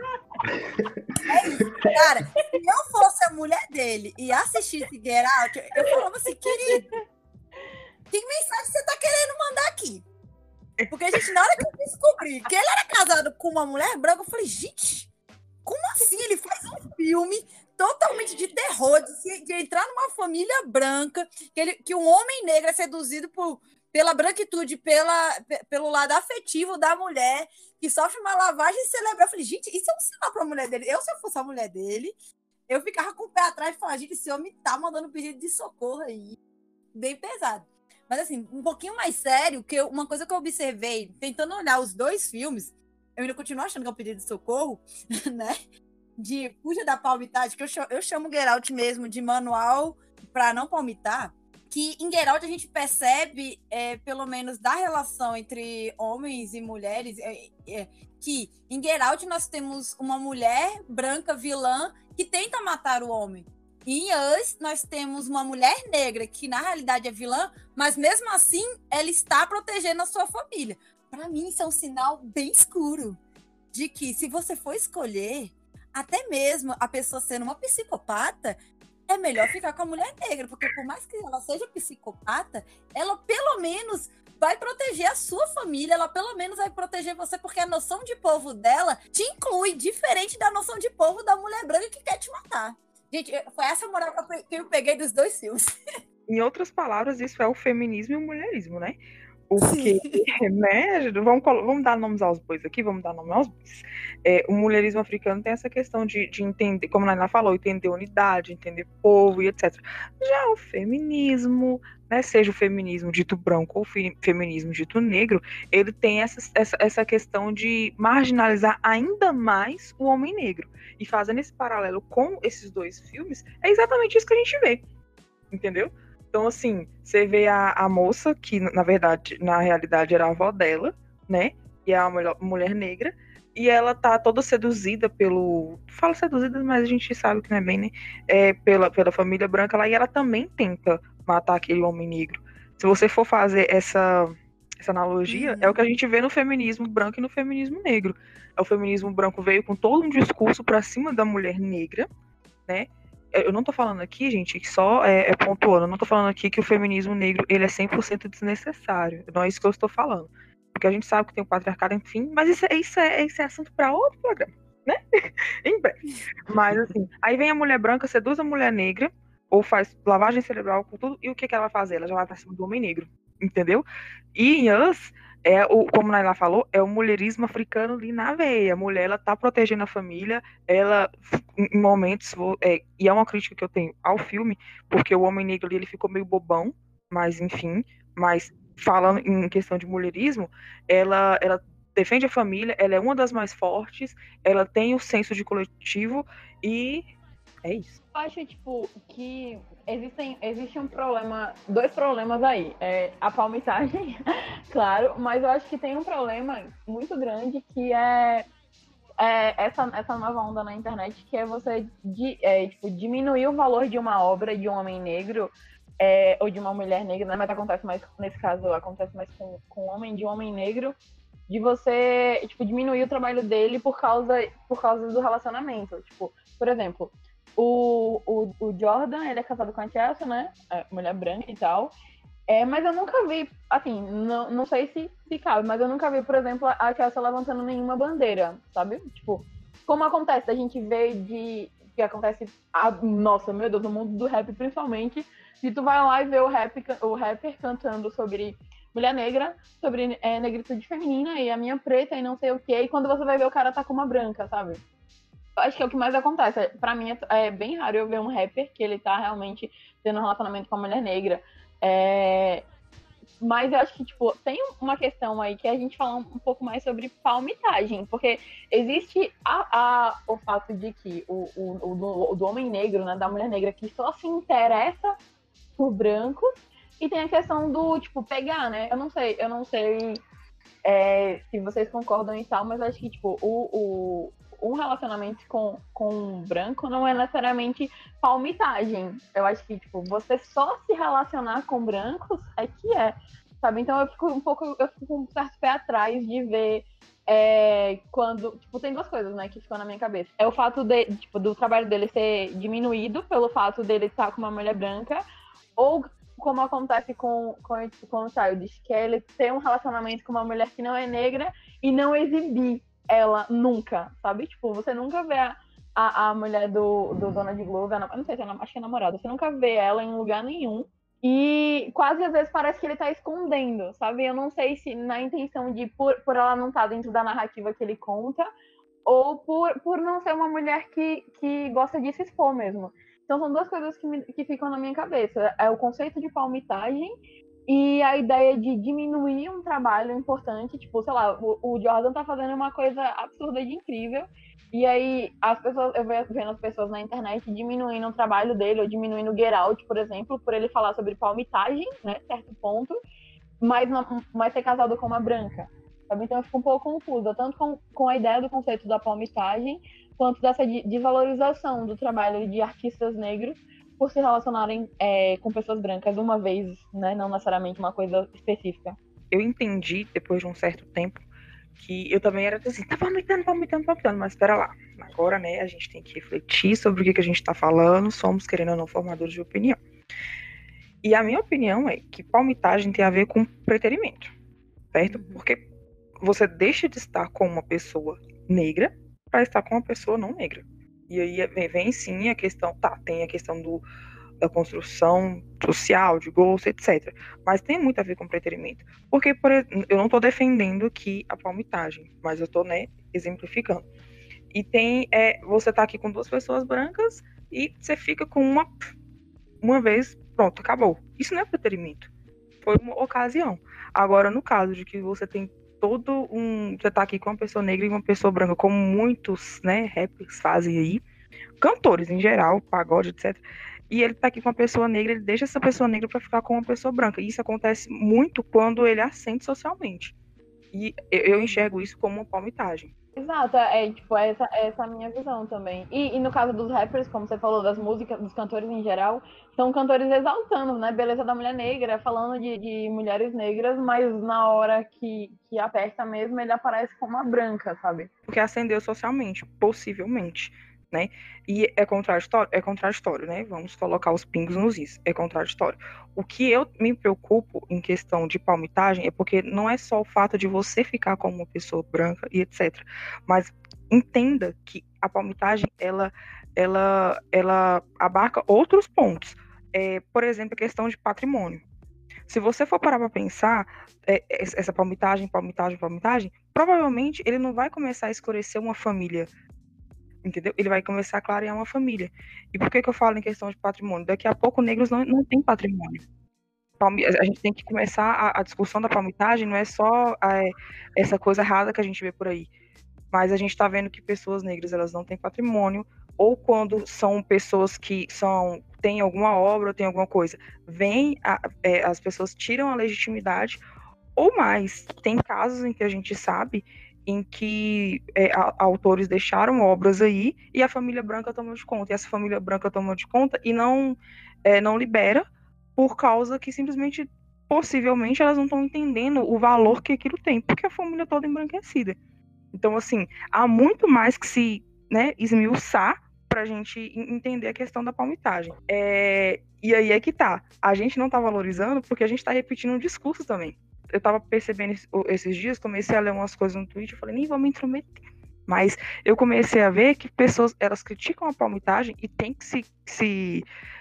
É isso, cara. Se eu fosse a mulher dele e assistisse Get Out, eu falava assim, querido, que mensagem você tá querendo mandar aqui? Porque, gente, na hora que eu descobri que ele era casado com uma mulher branca, eu falei, gente, como assim? Ele faz um filme totalmente de terror, de, de entrar numa família branca, que, ele, que um homem negro é seduzido por, pela branquitude, pela, pelo lado afetivo da mulher, que sofre uma lavagem cerebral. Eu falei, gente, isso é um sinal pra mulher dele. Eu, se eu fosse a mulher dele, eu ficava com o pé atrás e falava, gente, esse homem tá mandando pedido de socorro aí. Bem pesado. Mas, assim, um pouquinho mais sério, que eu, uma coisa que eu observei, tentando olhar os dois filmes, eu ainda continuo achando que é um pedido de socorro, né? De fuja da palmitagem, que eu chamo, eu chamo Get Out mesmo de manual para não palmitar, que em Get Out a gente percebe, é, pelo menos da relação entre homens e mulheres, é, é, que em Get Out nós temos uma mulher branca vilã que tenta matar o homem. E em Us, nós temos uma mulher negra que na realidade é vilã, mas mesmo assim ela está protegendo a sua família. Para mim isso é um sinal bem escuro de que se você for escolher, até mesmo a pessoa sendo uma psicopata, é melhor ficar com a mulher negra, porque por mais que ela seja psicopata, ela pelo menos vai proteger a sua família, ela pelo menos vai proteger você, porque a noção de povo dela te inclui, diferente da noção de povo da mulher branca que quer te matar. Gente, foi essa moral que eu peguei dos dois filmes. Em outras palavras, isso é o feminismo e o mulherismo, né? Porque, né, vamos, vamos dar nomes aos bois aqui, vamos dar nome aos bois. É, o mulherismo africano tem essa questão de, de entender, como a Naina falou, entender unidade, entender povo e etcétera. Já o feminismo, né, seja o feminismo dito branco ou o feminismo dito negro, ele tem essa, essa, essa questão de marginalizar ainda mais o homem negro. E fazendo esse paralelo com esses dois filmes, é exatamente isso que a gente vê, entendeu? Então, assim, você vê a, a moça, que na verdade, na realidade era a avó dela, né? E é a mulher, mulher negra, e ela tá toda seduzida pelo... Falo seduzida, mas a gente sabe que não é bem, né? É, pela, pela família branca lá, e ela também tenta matar aquele homem negro. Se você for fazer essa, essa analogia, uhum. é o que a gente vê no feminismo branco e no feminismo negro. O feminismo branco veio com todo um discurso pra cima da mulher negra, né? Eu não tô falando aqui, gente, que só é, é pontuando, eu não tô falando aqui que o feminismo negro, ele é cem por cento desnecessário, não é isso que eu estou falando, porque a gente sabe que tem o patriarcado, enfim, mas isso é, isso é, isso é assunto para outro programa, né? Em breve. Mas assim, aí vem a mulher branca, seduz a mulher negra, ou faz lavagem cerebral com tudo, e o que que ela vai fazer? Ela já vai pra cima do homem negro, entendeu? E em Us, é o, como a Naila falou, é o mulherismo africano ali na veia. A mulher, ela tá protegendo a família, ela, em momentos, é, e é uma crítica que eu tenho ao filme, porque o homem negro ali, ele ficou meio bobão, mas enfim, mas falando em questão de mulherismo, ela, ela defende a família, ela é uma das mais fortes, ela tem o senso de coletivo, e é isso. Eu acho, tipo, que existem, existe um problema, dois problemas aí. É a palmitagem, claro, mas eu acho que tem um problema muito grande que é, é essa, essa nova onda na internet, que é você di, é, tipo, diminuir o valor de uma obra de um homem negro é, ou de uma mulher negra, né? Mas acontece mais, nesse caso, acontece mais com, com um homem, de um homem negro, de você, tipo, diminuir o trabalho dele por causa, por causa do relacionamento. Tipo, por exemplo... O, o, o Jordan, ele é casado com a Chelsea, né? É, mulher branca e tal. É, mas eu nunca vi, assim, não, não sei se, se cabe, mas eu nunca vi, por exemplo, a Chelsea levantando nenhuma bandeira, sabe? Tipo, como acontece, a gente vê de... que acontece, a, nossa, meu Deus, no mundo do rap principalmente, e tu vai lá e vê o, rap, o rapper cantando sobre mulher negra, sobre é, negritude feminina, e a minha preta, e não sei o quê, e quando você vai ver o cara tá com uma branca, sabe? Acho que é o que mais acontece. Pra mim é, é bem raro eu ver um rapper que ele tá realmente tendo um relacionamento com a mulher negra. É... Mas eu acho que, tipo, tem uma questão aí que a gente fala um pouco mais sobre palmitagem. Porque existe a, a, o fato de que o, o, o, do, o do homem negro, né, da mulher negra, que só se interessa por brancos. E tem a questão do, tipo, pegar, né? Eu não sei, eu não sei é, se vocês concordam e tal, mas eu acho que, tipo, o... o um relacionamento com, com um branco não é necessariamente palmitagem. Eu acho que, tipo, você só se relacionar com brancos é que é, sabe? Então eu fico um pouco, eu fico com um certo pé atrás de ver é, quando, tipo, tem duas coisas, né, que ficam na minha cabeça. É o fato de, tipo, do trabalho dele ser diminuído pelo fato dele estar com uma mulher branca, ou como acontece com, com, com o Childish, que é ele ter um relacionamento com uma mulher que não é negra e não exibir ela nunca, sabe? Tipo, você nunca vê a, a, a mulher do, do Donald Glover, não sei se é, acho que é namorada, você nunca vê ela em lugar nenhum. E quase às vezes parece que ele tá escondendo, sabe? Eu não sei se na intenção de, por, por ela não estar dentro da narrativa que ele conta, ou por, por não ser uma mulher que, que gosta de se expor mesmo. Então são duas coisas que, me, que ficam na minha cabeça. É o conceito de palmitagem E a ideia de diminuir um trabalho importante, tipo, sei lá, o, o Jordan tá fazendo uma coisa absurda de incrível, e aí as pessoas, eu vejo vendo as pessoas na internet diminuindo o trabalho dele, ou diminuindo o Get Out, por exemplo, por ele falar sobre palmitagem, né, certo ponto, mas, não, mas ser casado com uma branca. Sabe? Então eu fico um pouco confusa, tanto com, com a ideia do conceito da palmitagem, quanto dessa desvalorização do trabalho de artistas negros por se relacionarem é, com pessoas brancas uma vez, né? Não necessariamente uma coisa específica. Eu entendi, depois de um certo tempo, que eu também era assim, tá palmitando, palmitando, palmitando, mas espera lá. Agora, né, a gente tem que refletir sobre o que, que a gente tá falando, somos, querendo ou não, formadores de opinião. E a minha opinião é que palmitagem tem a ver com preterimento, certo? Uhum. Porque você deixa de estar com uma pessoa negra para estar com uma pessoa não negra. E aí vem, vem sim a questão, tá, tem a questão do, da construção social, de gosto, etcétera. Mas tem muito a ver com preterimento. Porque, por, eu não estou defendendo aqui a palmitagem, mas eu estou, né, exemplificando. E tem, é, você tá aqui com duas pessoas brancas e você fica com uma, uma vez, pronto, acabou. Isso não é preterimento. Foi uma ocasião. Agora, no caso de que você tem todo um... Você tá aqui com uma pessoa negra e uma pessoa branca, como muitos, né, rappers fazem aí, cantores em geral, pagode, etcétera. E ele tá aqui com uma pessoa negra, ele deixa essa pessoa negra para ficar com uma pessoa branca. E isso acontece muito quando ele ascende socialmente. E eu enxergo isso como uma palmitagem. Exato, é tipo, essa, essa é a minha visão também. E, e no caso dos rappers, como você falou, das músicas, dos cantores em geral, são cantores exaltando, né, beleza da mulher negra, falando de, de mulheres negras, mas na hora que, que aperta mesmo, ele aparece como uma branca, sabe? Porque ascendeu socialmente, possivelmente, né? E é contraditório? É contraditório, né? Vamos colocar os pingos nos is. É contraditório. O que eu me preocupo em questão de palmitagem é porque não é só o fato de você ficar como uma pessoa branca e etcétera. Mas entenda que a palmitagem, ela, ela, ela abarca outros pontos. É, por exemplo, a questão de patrimônio. Se você for parar para pensar, é, essa palmitagem, palmitagem, palmitagem, provavelmente ele não vai começar a escurecer uma família, entendeu? Ele vai começar a clarear uma família. E por que que eu falo em questão de patrimônio? Daqui a pouco negros não, não têm patrimônio. A gente tem que começar a, a discussão da palmitagem, não é só é, essa coisa errada que a gente vê por aí. Mas a gente está vendo que pessoas negras, elas não têm patrimônio, ou quando são pessoas que são, têm alguma obra, têm alguma coisa, vem a, é, as pessoas tiram a legitimidade, ou mais. Tem casos em que a gente sabe em que é, a, autores deixaram obras aí e a família branca tomou de conta. E essa família branca tomou de conta e não, é, não libera por causa que simplesmente, possivelmente, elas não estão entendendo o valor que aquilo tem, porque a família toda é embranquecida. Então, assim, há muito mais que se, né, esmiuçar para a gente entender a questão da palmitagem. É, e aí é que tá. A gente não está valorizando porque a gente está repetindo um discurso também. Eu tava percebendo esses dias, comecei a ler umas coisas no Twitter, falei, nem vou me intrometer. Mas eu comecei a ver que pessoas, elas criticam a palmitagem e tem que se, se,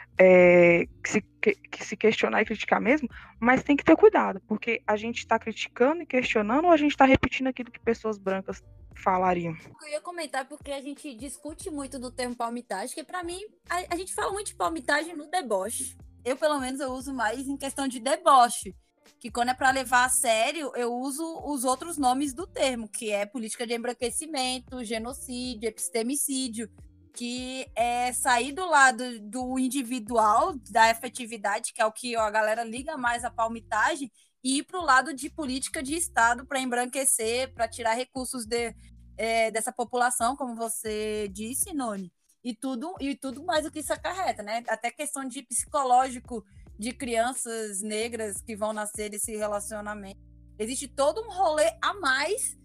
é, que se, que, que se questionar e criticar mesmo, mas tem que ter cuidado, porque a gente está criticando e questionando ou a gente está repetindo aquilo que pessoas brancas falariam? Eu ia comentar porque a gente discute muito do termo palmitagem, que pra mim, a, a gente fala muito de palmitagem no deboche. Eu, pelo menos, eu uso mais em questão de deboche. Que quando é para levar a sério, eu uso os outros nomes do termo, que é política de embranquecimento, genocídio, epistemicídio, que é sair do lado do individual, da efetividade, que é o que a galera liga mais à palmitagem, e ir para o lado de política de Estado para embranquecer, para tirar recursos de, é, dessa população, como você disse, Noni, e tudo, e tudo mais o que isso acarreta, né? Até questão de psicológico de crianças negras que vão nascer desse relacionamento. Existe todo um rolê a mais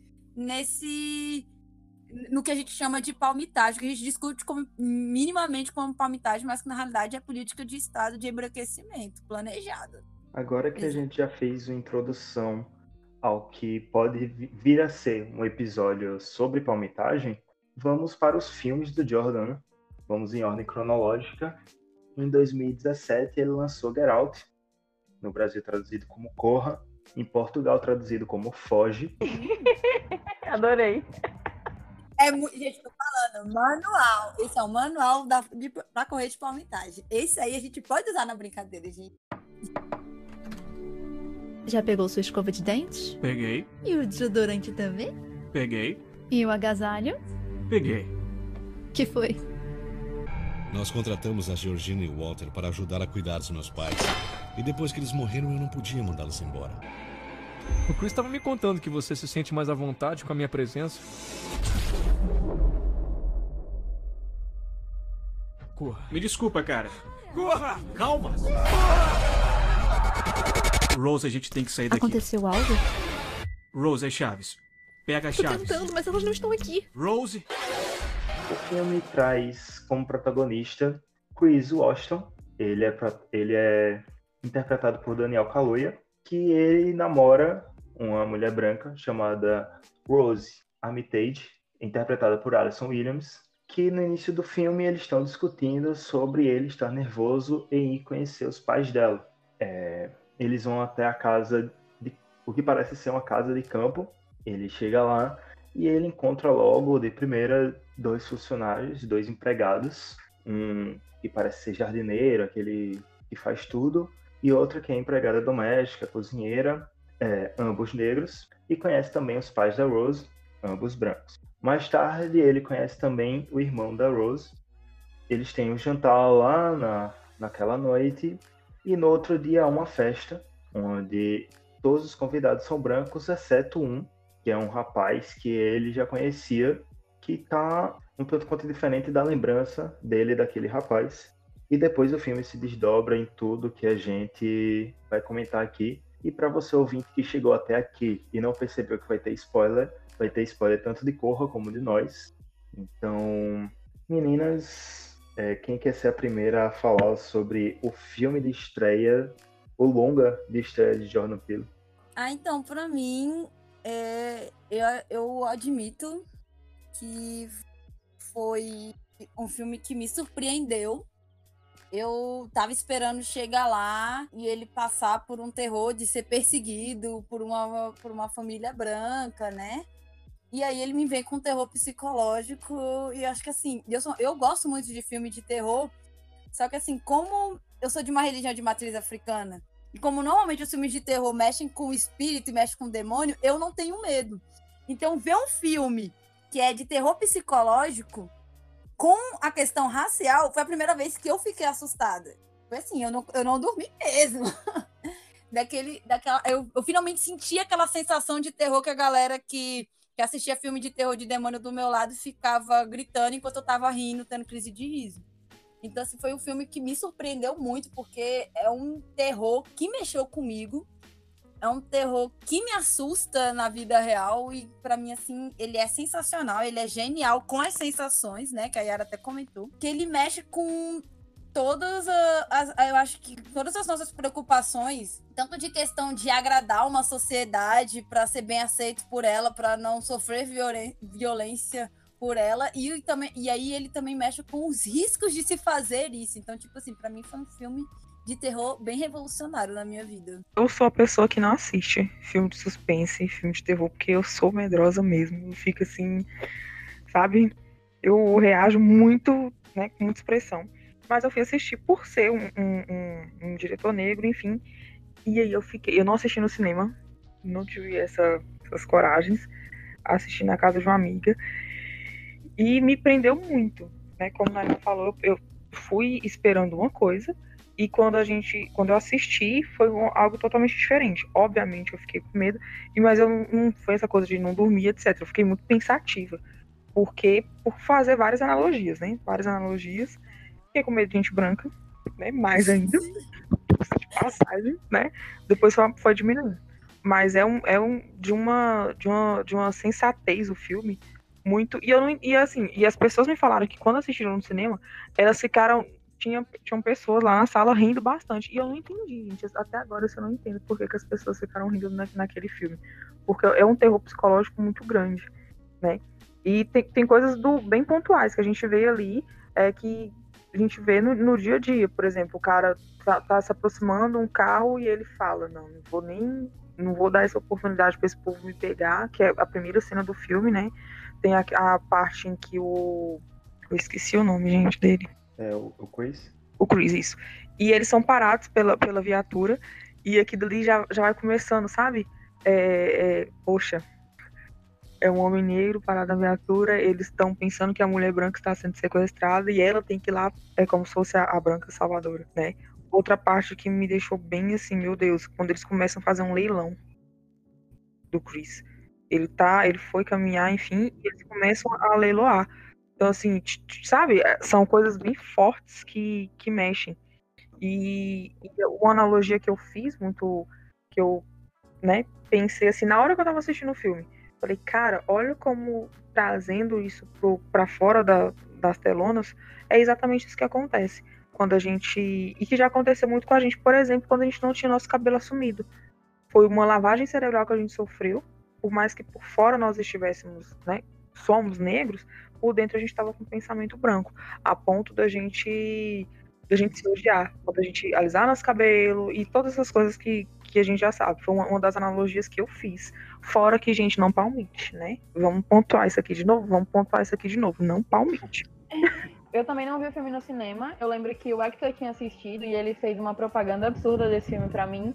nesse, no que a gente chama de palmitagem, que a gente discute como, minimamente como palmitagem, mas que na realidade é política de Estado de embranquecimento planejada. Agora que a gente já fez uma introdução ao que pode vir a ser um episódio sobre palmitagem, vamos para os filmes do Jordan, né? Vamos em ordem cronológica. Em dois mil e dezessete, ele lançou Get Out, no Brasil traduzido como Corra, em Portugal traduzido como Foge. Adorei. É, gente, tô falando, manual. Esse é o manual da, de, pra correr de palmitagem. Esse aí a gente pode usar na brincadeira, gente. Já pegou sua escova de dentes? Peguei. E o desodorante também? Peguei. E o agasalho? Peguei. Que foi? Nós contratamos a Georgina e o Walter para ajudar a cuidar dos meus pais. E depois que eles morreram, eu não podia mandá-los embora. O Chris estava me contando que você se sente mais à vontade com a minha presença. Corra. Me desculpa, cara. Corra! Calma! Rose, a gente tem que sair daqui. Aconteceu algo? Rose, é Chaves. Pega as Tô chaves. tentando, mas elas não estão aqui. Rose. O filme traz como protagonista Chris Washington. Ele é, ele é interpretado por Daniel Kaluuya, que ele namora uma mulher branca chamada Rose Armitage, interpretada por Alison Williams, que no início do filme eles estão discutindo sobre ele estar nervoso em ir conhecer os pais dela. É, eles vão até a casa, de, o que parece ser uma casa de campo. Ele chega lá e ele encontra logo, de primeira, dois funcionários, dois empregados. Um que parece ser jardineiro, aquele que faz tudo, e outra que é empregada doméstica, cozinheira, é, ambos negros, e conhece também os pais da Rose, ambos brancos. Mais tarde, ele conhece também o irmão da Rose. Eles têm um jantar lá na, naquela noite, e no outro dia há uma festa, onde todos os convidados são brancos, exceto um, que é um rapaz que ele já conhecia, que está um tanto quanto diferente da lembrança dele daquele rapaz. E depois o filme se desdobra em tudo que a gente vai comentar aqui. E para você ouvinte que chegou até aqui e não percebeu que vai ter spoiler, vai ter spoiler tanto de Corra como de nós. Então, meninas, é, quem quer ser a primeira a falar sobre o filme de estreia, o longa de estreia de Jordan Peele? Ah, então, para mim, é, eu, eu admito que foi um filme que me surpreendeu. Eu tava esperando chegar lá e ele passar por um terror de ser perseguido por uma, por uma família branca, né? E aí ele me vem com um terror psicológico e acho que assim, eu, sou, eu gosto muito de filme de terror, só que assim, como eu sou de uma religião de matriz africana e como normalmente os filmes de terror mexem com o espírito e mexem com o demônio, eu não tenho medo. Então ver um filme que é de terror psicológico com a questão racial, foi a primeira vez que eu fiquei assustada. Foi assim, eu não, eu não dormi mesmo. Daquele, daquela, eu, eu finalmente senti aquela sensação de terror que a galera que, que assistia filme de terror de demônio do meu lado ficava gritando enquanto eu tava rindo, tendo crise de riso. Então, assim, foi um filme que me surpreendeu muito, porque é um terror que mexeu comigo. É um terror que me assusta na vida real e, pra mim, assim, ele é sensacional, ele é genial com as sensações, né, que a Yara até comentou, que ele mexe com todas as, eu acho que todas as nossas preocupações, tanto de questão de agradar uma sociedade para ser bem aceito por ela, para não sofrer violen- violência por ela, e, também, e aí ele também mexe com os riscos de se fazer isso. Então, tipo assim, pra mim foi um filme de terror bem revolucionário na minha vida. Eu sou a pessoa que não assiste filme de suspense, filme de terror, porque eu sou medrosa mesmo. Eu fico assim, sabe? Eu reajo muito, né, com muita expressão. Mas eu fui assistir por ser um, um, um, um diretor negro, enfim. E aí eu fiquei... Eu não assisti no cinema, não tive essa, essas coragens. Assisti na casa de uma amiga. E me prendeu muito, né? Como a Naina falou, eu fui esperando uma coisa. E quando a gente, quando eu assisti, foi um, algo totalmente diferente. Obviamente, eu fiquei com medo, mas eu não, não foi essa coisa de não dormir, etcétera. Eu fiquei muito pensativa, porque por fazer várias analogias, né? Várias analogias. Fiquei com medo de gente branca, né? Mais ainda, de passagem, né? Depois foi, foi diminuindo. Mas é um, é um de uma, de uma, de uma sensatez o filme muito. E eu não, e assim, e as pessoas me falaram que quando assistiram no cinema, elas ficaram Tinha, tinham pessoas lá na sala rindo bastante. E eu não entendi, gente. Até agora eu não entendo por que, que as pessoas ficaram rindo na, naquele filme. Porque é um terror psicológico muito grande, né? E tem, tem coisas do, bem pontuais que a gente vê ali, é, que a gente vê no, no dia a dia. Por exemplo, o cara tá, tá se aproximando um carro e ele fala, não, não vou nem... Não vou dar essa oportunidade para esse povo me pegar, que é a primeira cena do filme, né? Tem a, a parte em que o... Eu esqueci o nome, gente, dele. É o, o Chris? O Chris, isso. E eles são parados pela, pela viatura E aquilo ali já, já vai começando, sabe? É, é, poxa, é um homem negro parado na viatura, eles estão pensando que a mulher branca está sendo sequestrada e ela tem que ir lá, é como se fosse a, a branca salvadora, né? Outra parte que me deixou bem assim, meu Deus, quando eles começam a fazer um leilão do Chris. Ele tá, ele foi caminhar, enfim, e eles começam a leiloar. Então, assim, sabe, são coisas bem fortes que, que mexem. E, e uma analogia que eu fiz muito, que eu, né, pensei assim, na hora que eu tava assistindo o filme, falei, cara, olha como trazendo isso pro, pra fora da, das telonas, é exatamente isso que acontece. Quando a gente, e que já aconteceu muito com a gente, por exemplo, quando a gente não tinha nosso cabelo assumido. Foi uma lavagem cerebral que a gente sofreu, por mais que por fora nós estivéssemos, né, somos negros, por dentro a gente estava com pensamento branco, a ponto da gente, da gente se odiar, da gente alisar nosso cabelo e todas essas coisas que, que a gente já sabe. Foi uma, uma das analogias que eu fiz. Fora que, gente, não palmite, né? Vamos pontuar isso aqui de novo? Vamos pontuar isso aqui de novo. Não palmite. Eu também não vi o filme no cinema. Eu lembro que o Hector tinha assistido e ele fez uma propaganda absurda desse filme pra mim.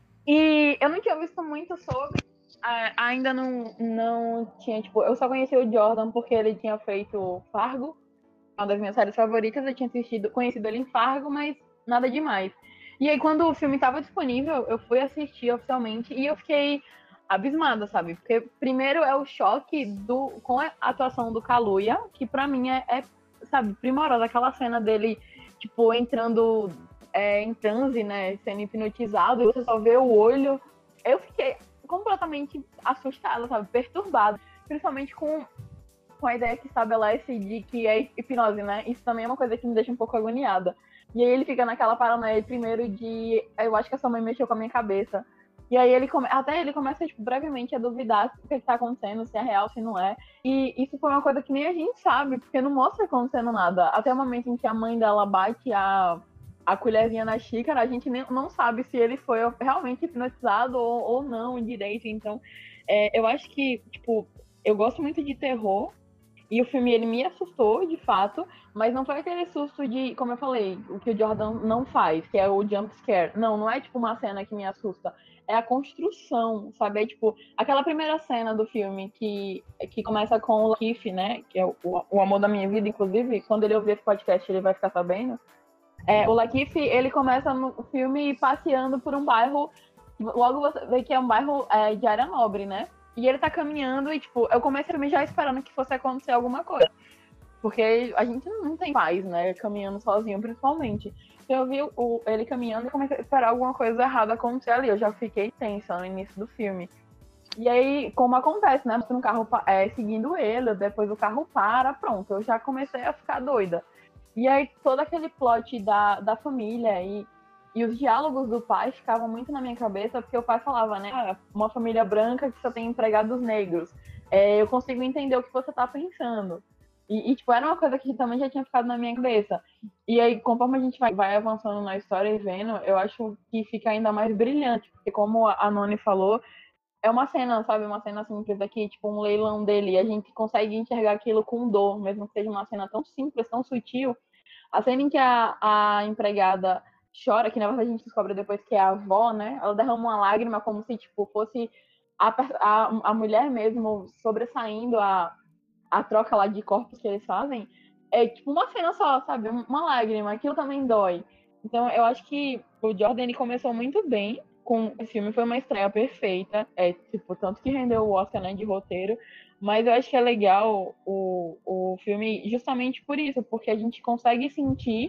E eu não tinha visto muito sobre. Uh, ainda não, não tinha, tipo, eu só conheci o Jordan porque ele tinha feito Fargo, uma das minhas séries favoritas. Eu tinha assistido, conhecido ele em Fargo, mas nada demais. E aí, quando o filme estava disponível, eu fui assistir oficialmente e eu fiquei abismada, sabe? Porque, primeiro, é o choque do, com a atuação do Kaluuya, que pra mim é, é sabe, primorosa. Aquela cena dele, tipo, entrando é, em transe, né? Sendo hipnotizado, e você só vê o olho. Eu fiquei completamente assustada, sabe? Perturbada. Principalmente com, com a ideia que estabelece de que é hipnose, né? Isso também é uma coisa que me deixa um pouco agoniada. E aí ele fica naquela paranoia primeiro de... Eu acho que a sua mãe mexeu com a minha cabeça. E aí ele come... até ele começa, tipo, brevemente a duvidar o que está acontecendo, se é real, se não é. E isso foi uma coisa que nem a gente sabe, porque não mostra acontecendo nada. Até o momento em que a mãe dela bate a... a colherzinha na xícara, a gente nem, não sabe se ele foi realmente hipnotizado ou, ou não direito. Então, é, eu acho que, tipo, eu gosto muito de terror, e o filme, ele me assustou, de fato, mas não foi aquele susto de, como eu falei, o que o Jordan não faz, que é o jump scare. Não, não é, tipo, uma cena que me assusta. É a construção, sabe? É, tipo, aquela primeira cena do filme que, que começa com o Lakeith, né? Que é o, o amor da minha vida, inclusive. Quando ele ouvir esse podcast, ele vai ficar sabendo. É, o Lakeith, ele começa no filme passeando por um bairro, logo você vê que é um bairro é, de área nobre, né? E ele tá caminhando e, tipo, eu comecei a me já esperando que fosse acontecer alguma coisa. Porque a gente não tem paz, né? Caminhando sozinho, principalmente. Então eu vi o, ele caminhando e comecei a esperar alguma coisa errada acontecer ali. Eu já fiquei tensa no início do filme. E aí, como acontece, né? Um carro é, seguindo ele, depois o carro para, pronto. Eu já comecei a ficar doida. E aí, todo aquele plot da, da família e, e os diálogos do pai ficavam muito na minha cabeça, porque o pai falava, né? Ah, uma família branca que só tem empregados negros. É, eu consigo entender o que você tá pensando. E, e, tipo, era uma coisa que também já tinha ficado na minha cabeça. E aí, conforme a gente vai, vai avançando na história e vendo, eu acho que fica ainda mais brilhante. Porque como a Noni falou, é uma cena, sabe? Uma cena simples aqui, tipo um leilão dele. E a gente consegue enxergar aquilo com dor, mesmo que seja uma cena tão simples, tão sutil. A cena em que a, a empregada chora, que na verdade a gente descobre depois que é a avó, né? Ela derrama uma lágrima como se, tipo, fosse a, a, a mulher mesmo sobressaindo a, a troca lá de corpos que eles fazem. É tipo uma cena só, sabe? Uma lágrima. Aquilo também dói. Então eu acho que o Jordan, ele começou muito bem com esse filme. Foi uma estreia perfeita. É, tipo, tanto que rendeu o Oscar, né, de roteiro. Mas eu acho que é legal o, o filme justamente por isso, porque a gente consegue sentir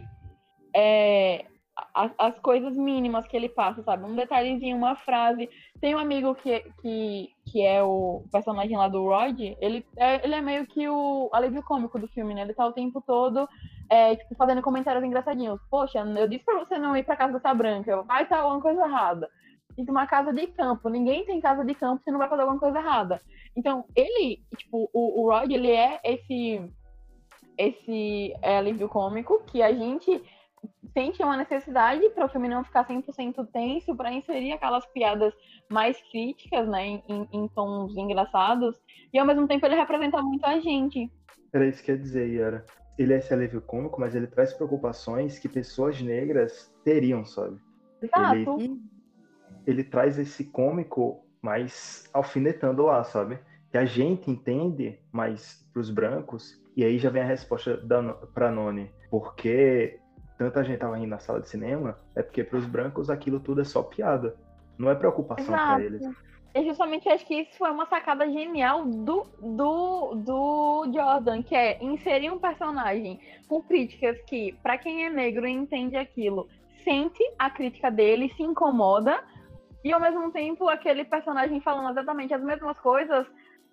é, as, as coisas mínimas que ele passa, sabe? Um detalhezinho, uma frase. Tem um amigo que, que, que é o personagem lá do Rod, ele é, ele é meio que o alívio cômico do filme, né? Ele tá o tempo todo é, tipo, fazendo comentários engraçadinhos. Poxa, eu disse pra você não ir pra casa dessa branca, vai estar alguma coisa errada. E de uma casa de campo, ninguém tem casa de campo se não vai fazer alguma coisa errada. Então, ele, tipo, o, o Rod, ele é esse, esse é, alívio cômico que a gente sente uma necessidade para o filme não ficar cem por cento tenso, para inserir aquelas piadas mais críticas, né, em, em, em tons engraçados, e ao mesmo tempo ele representa muito a gente. Era isso que quer dizer, Yara. Ele é esse alívio cômico, mas ele traz preocupações que pessoas negras teriam, sabe? Exato. Ele... ele traz esse cômico mais alfinetando lá, sabe? Que a gente entende, mas pros brancos, e aí já vem a resposta da, pra Noni, porque tanta gente tava rindo na sala de cinema, é porque pros brancos aquilo tudo é só piada, não é preocupação pra eles. E justamente acho que isso foi uma sacada genial do, do, do Jordan, que é inserir um personagem com críticas que, pra quem é negro e entende aquilo, sente a crítica dele, se incomoda, e ao mesmo tempo aquele personagem falando exatamente as mesmas coisas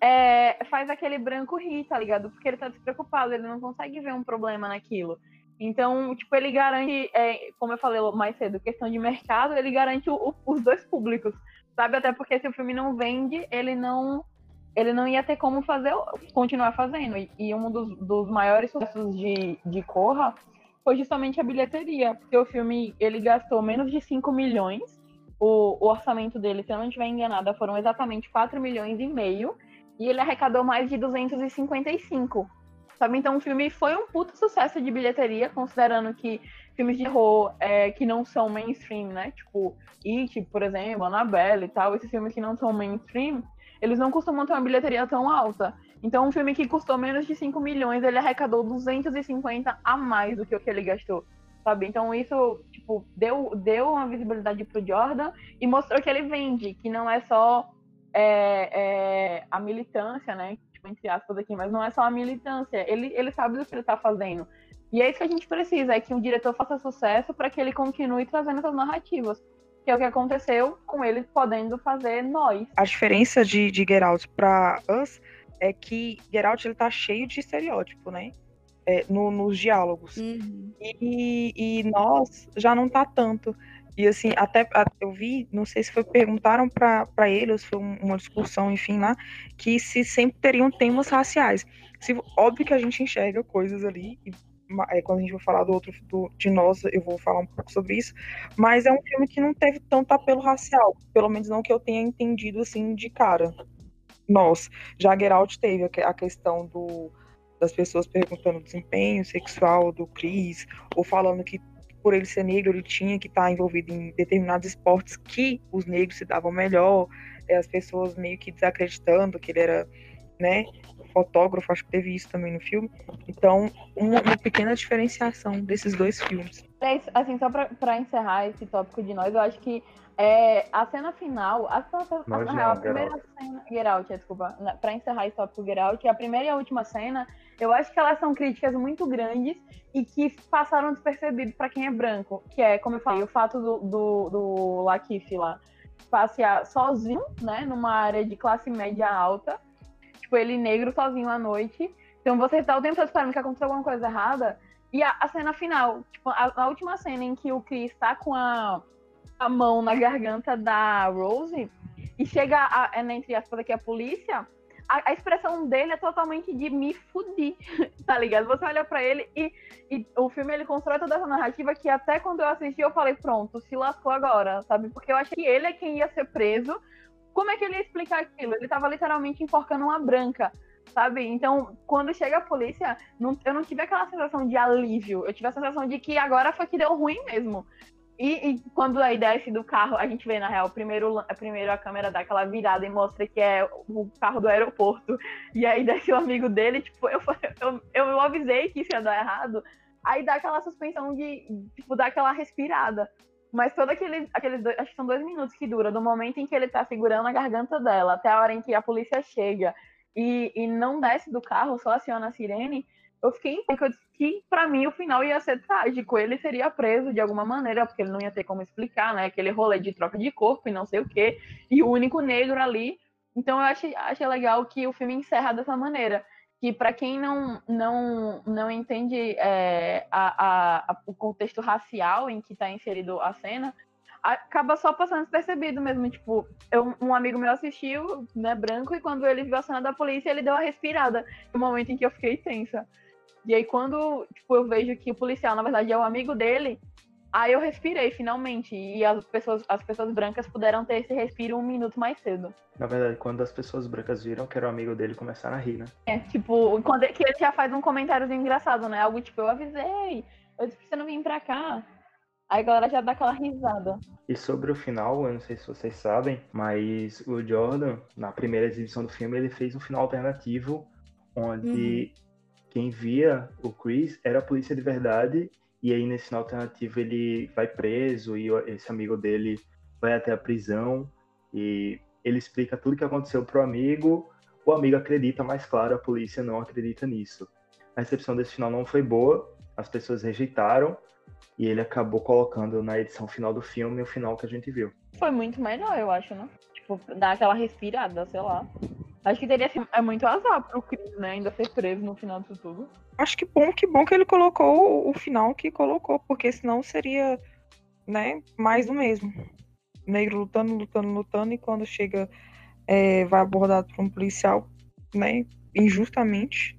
é, faz aquele branco rir, tá ligado? Porque ele tá despreocupado, ele não consegue ver um problema naquilo. Então, tipo, ele garante, é, como eu falei mais cedo, questão de mercado, ele garante o, o, os dois públicos. Sabe, até porque se o filme não vende, ele não, ele não ia ter como fazer, continuar fazendo. E, e um dos, dos maiores sucessos de, de Corra foi justamente a bilheteria, porque o filme, ele gastou menos de cinco milhões, o, o orçamento dele, se eu não estiver enganada, foram exatamente quatro milhões e meio, e ele arrecadou mais de duzentos e cinquenta e cinco, sabe? Então o filme foi um puto sucesso de bilheteria, considerando que filmes de terror é, que não são mainstream, né? Tipo, It, por exemplo, Annabelle e tal, esses filmes que não são mainstream, eles não costumam ter uma bilheteria tão alta. Então, um filme que custou menos de cinco milhões, ele arrecadou duzentos e cinquenta a mais do que o que ele gastou, sabe? Então, isso, tipo, deu, deu uma visibilidade pro Jordan e mostrou que ele vende, que não é só é, é, a militância, né? Tipo, entre aspas aqui, mas não é só a militância. Ele, ele sabe do que ele tá fazendo. E é isso que a gente precisa, é que um diretor faça sucesso para que ele continue trazendo essas narrativas. Que é o que aconteceu com ele podendo fazer Nós. A diferença de, de Get Out pra Us é que Get Out ele tá cheio de estereótipo, né? É, no, nos diálogos. Uhum. E, e Nós já não tá tanto. E assim, até eu vi, não sei se foi perguntaram pra, pra ele, ou se foi uma discussão, enfim, lá, que se sempre teriam temas raciais. Se, óbvio que a gente enxerga coisas ali, e É, quando a gente for falar do outro do, de Nós, eu vou falar um pouco sobre isso, mas é um filme que não teve tanto apelo racial, pelo menos não que eu tenha entendido assim de cara. Nós, já Get Out teve a, a questão do, das pessoas perguntando o desempenho sexual do Chris, ou falando que por ele ser negro ele tinha que estar envolvido em determinados esportes que os negros se davam melhor, é, as pessoas meio que desacreditando que ele era, né, fotógrafo, acho que teve isso também no filme. Então, uma, uma pequena diferenciação desses dois filmes. É, assim, só pra, pra encerrar esse tópico de Nós, eu acho que é, a cena final, a, a, na real, a primeira cena, Get Out, desculpa, pra encerrar esse tópico Get Out, a primeira e a última cena, eu acho que elas são críticas muito grandes e que passaram despercebido pra quem é branco, que é, como eu falei, o fato do, do, do Lakeith lá passear sozinho, né, numa área de classe média alta, tipo, ele negro sozinho à noite. Então você tá o tempo todo esperando que aconteceu alguma coisa errada. E a, a cena final, tipo, a, a última cena em que o Chris tá com a, a mão na garganta da Rose e chega, a, a, entre aspas, aqui a polícia, a, a expressão dele é totalmente de me fudir, tá ligado? Você olha pra ele e, e o filme, ele constrói toda essa narrativa que até quando eu assisti eu falei, pronto, se lascou agora, sabe? Porque eu achei que ele é quem ia ser preso. Como é que ele ia explicar aquilo? Ele tava literalmente enforcando uma branca, sabe? Então, quando chega a polícia, não, eu não tive aquela sensação de alívio. Eu tive a sensação de que agora foi que deu ruim mesmo. E, e quando aí desce do carro, a gente vê, na real, primeiro, primeiro a câmera dá aquela virada e mostra que é o carro do aeroporto. E aí desce o amigo dele, tipo, eu, eu, eu avisei que isso ia dar errado. Aí dá aquela suspensão de, tipo, dá aquela respirada. Mas todo aquele, aqueles dois, acho que são dois minutos que dura, do momento em que ele tá segurando a garganta dela, até a hora em que a polícia chega e, e não desce do carro, só aciona a sirene, eu fiquei em pânico, que pra mim o final ia ser trágico, ele seria preso de alguma maneira, porque ele não ia ter como explicar, né, aquele rolê de troca de corpo e não sei o quê, e o único negro ali. Então eu achei, achei legal que o filme encerra dessa maneira, que para quem não, não, não entende é, a, a, a, o contexto racial em que está inserido a cena, acaba só passando despercebido mesmo. Tipo, eu, um amigo meu assistiu, né, branco, e quando ele viu a cena da polícia, ele deu uma respirada, no momento em que eu fiquei tensa. E aí quando tipo, eu vejo que o policial, na verdade, é o amigo dele, aí eu respirei finalmente, e as pessoas, as pessoas brancas puderam ter esse respiro um minuto mais cedo. Na verdade, quando as pessoas brancas viram que era o amigo dele, começaram a rir, né? É, tipo, quando ele, que ele já faz um comentáriozinho engraçado, né? Algo tipo, eu avisei, eu disse pra você não vir pra cá. Aí a galera já dá aquela risada. E sobre o final, eu não sei se vocês sabem, mas o Jordan, na primeira exibição do filme, ele fez um final alternativo, onde uhum. quem via o Chris era a polícia de verdade, e aí nesse final alternativo ele vai preso, e esse amigo dele vai até a prisão, e ele explica tudo o que aconteceu pro amigo, o amigo acredita, mas claro, a polícia não acredita nisso. A recepção desse final não foi boa, as pessoas rejeitaram, e ele acabou colocando na edição final do filme o final que a gente viu. Foi muito melhor, eu acho, né? Tipo, dar aquela respirada, sei lá. Acho que teria sido é muito azar pro Chris, né? Ainda ser preso no final disso tudo. Acho que bom, que bom que ele colocou o final que colocou, porque senão seria, né, mais do mesmo. Negro lutando, lutando, lutando, e quando chega, é, vai abordado por um policial, né, injustamente.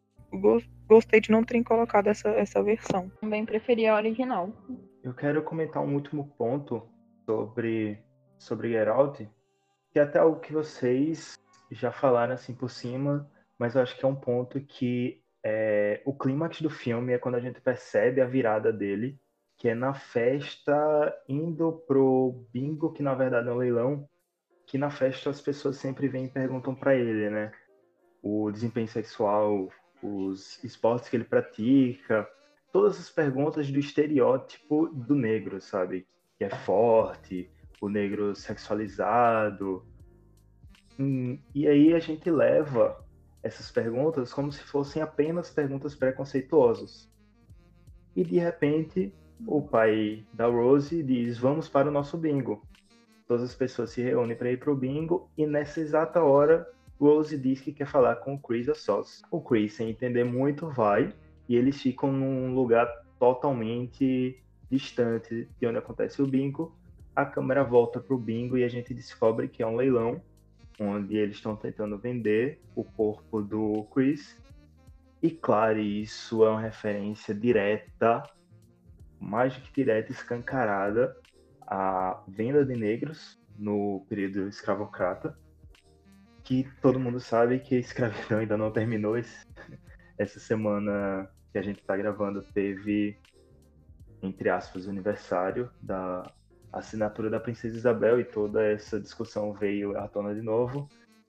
Gostei de não terem colocado essa, essa versão. Também preferi a original. Eu quero comentar um último ponto sobre, sobre Get Out, que é até algo que vocês já falaram assim por cima, mas eu acho que é um ponto que é, o clímax do filme é quando a gente percebe a virada dele, que é na festa indo pro bingo, que na verdade é um leilão, que na festa as pessoas sempre vêm e perguntam pra ele, né? O desempenho sexual, os esportes que ele pratica, todas as perguntas do estereótipo do negro, sabe? Que é forte, o negro sexualizado. Hum, e aí a gente leva essas perguntas como se fossem apenas perguntas preconceituosas. E de repente, o pai da Rose diz, vamos para o nosso bingo. Todas as pessoas se reúnem para ir para o bingo, e nessa exata hora, Rose diz que quer falar com o Chris a sós. O Chris, sem entender muito, vai, e eles ficam num lugar totalmente distante de onde acontece o bingo. A câmera volta pro bingo e a gente descobre que é um leilão, onde eles estão tentando vender o corpo do Chris. E claro, isso é uma referência direta, mais do que direta, escancarada, à venda de negros no período escravocrata, que todo mundo sabe que a escravidão ainda não terminou. Esse, essa semana que a gente está gravando teve, entre aspas, o aniversário da assinatura da Princesa Isabel, e toda essa discussão veio à tona de novo.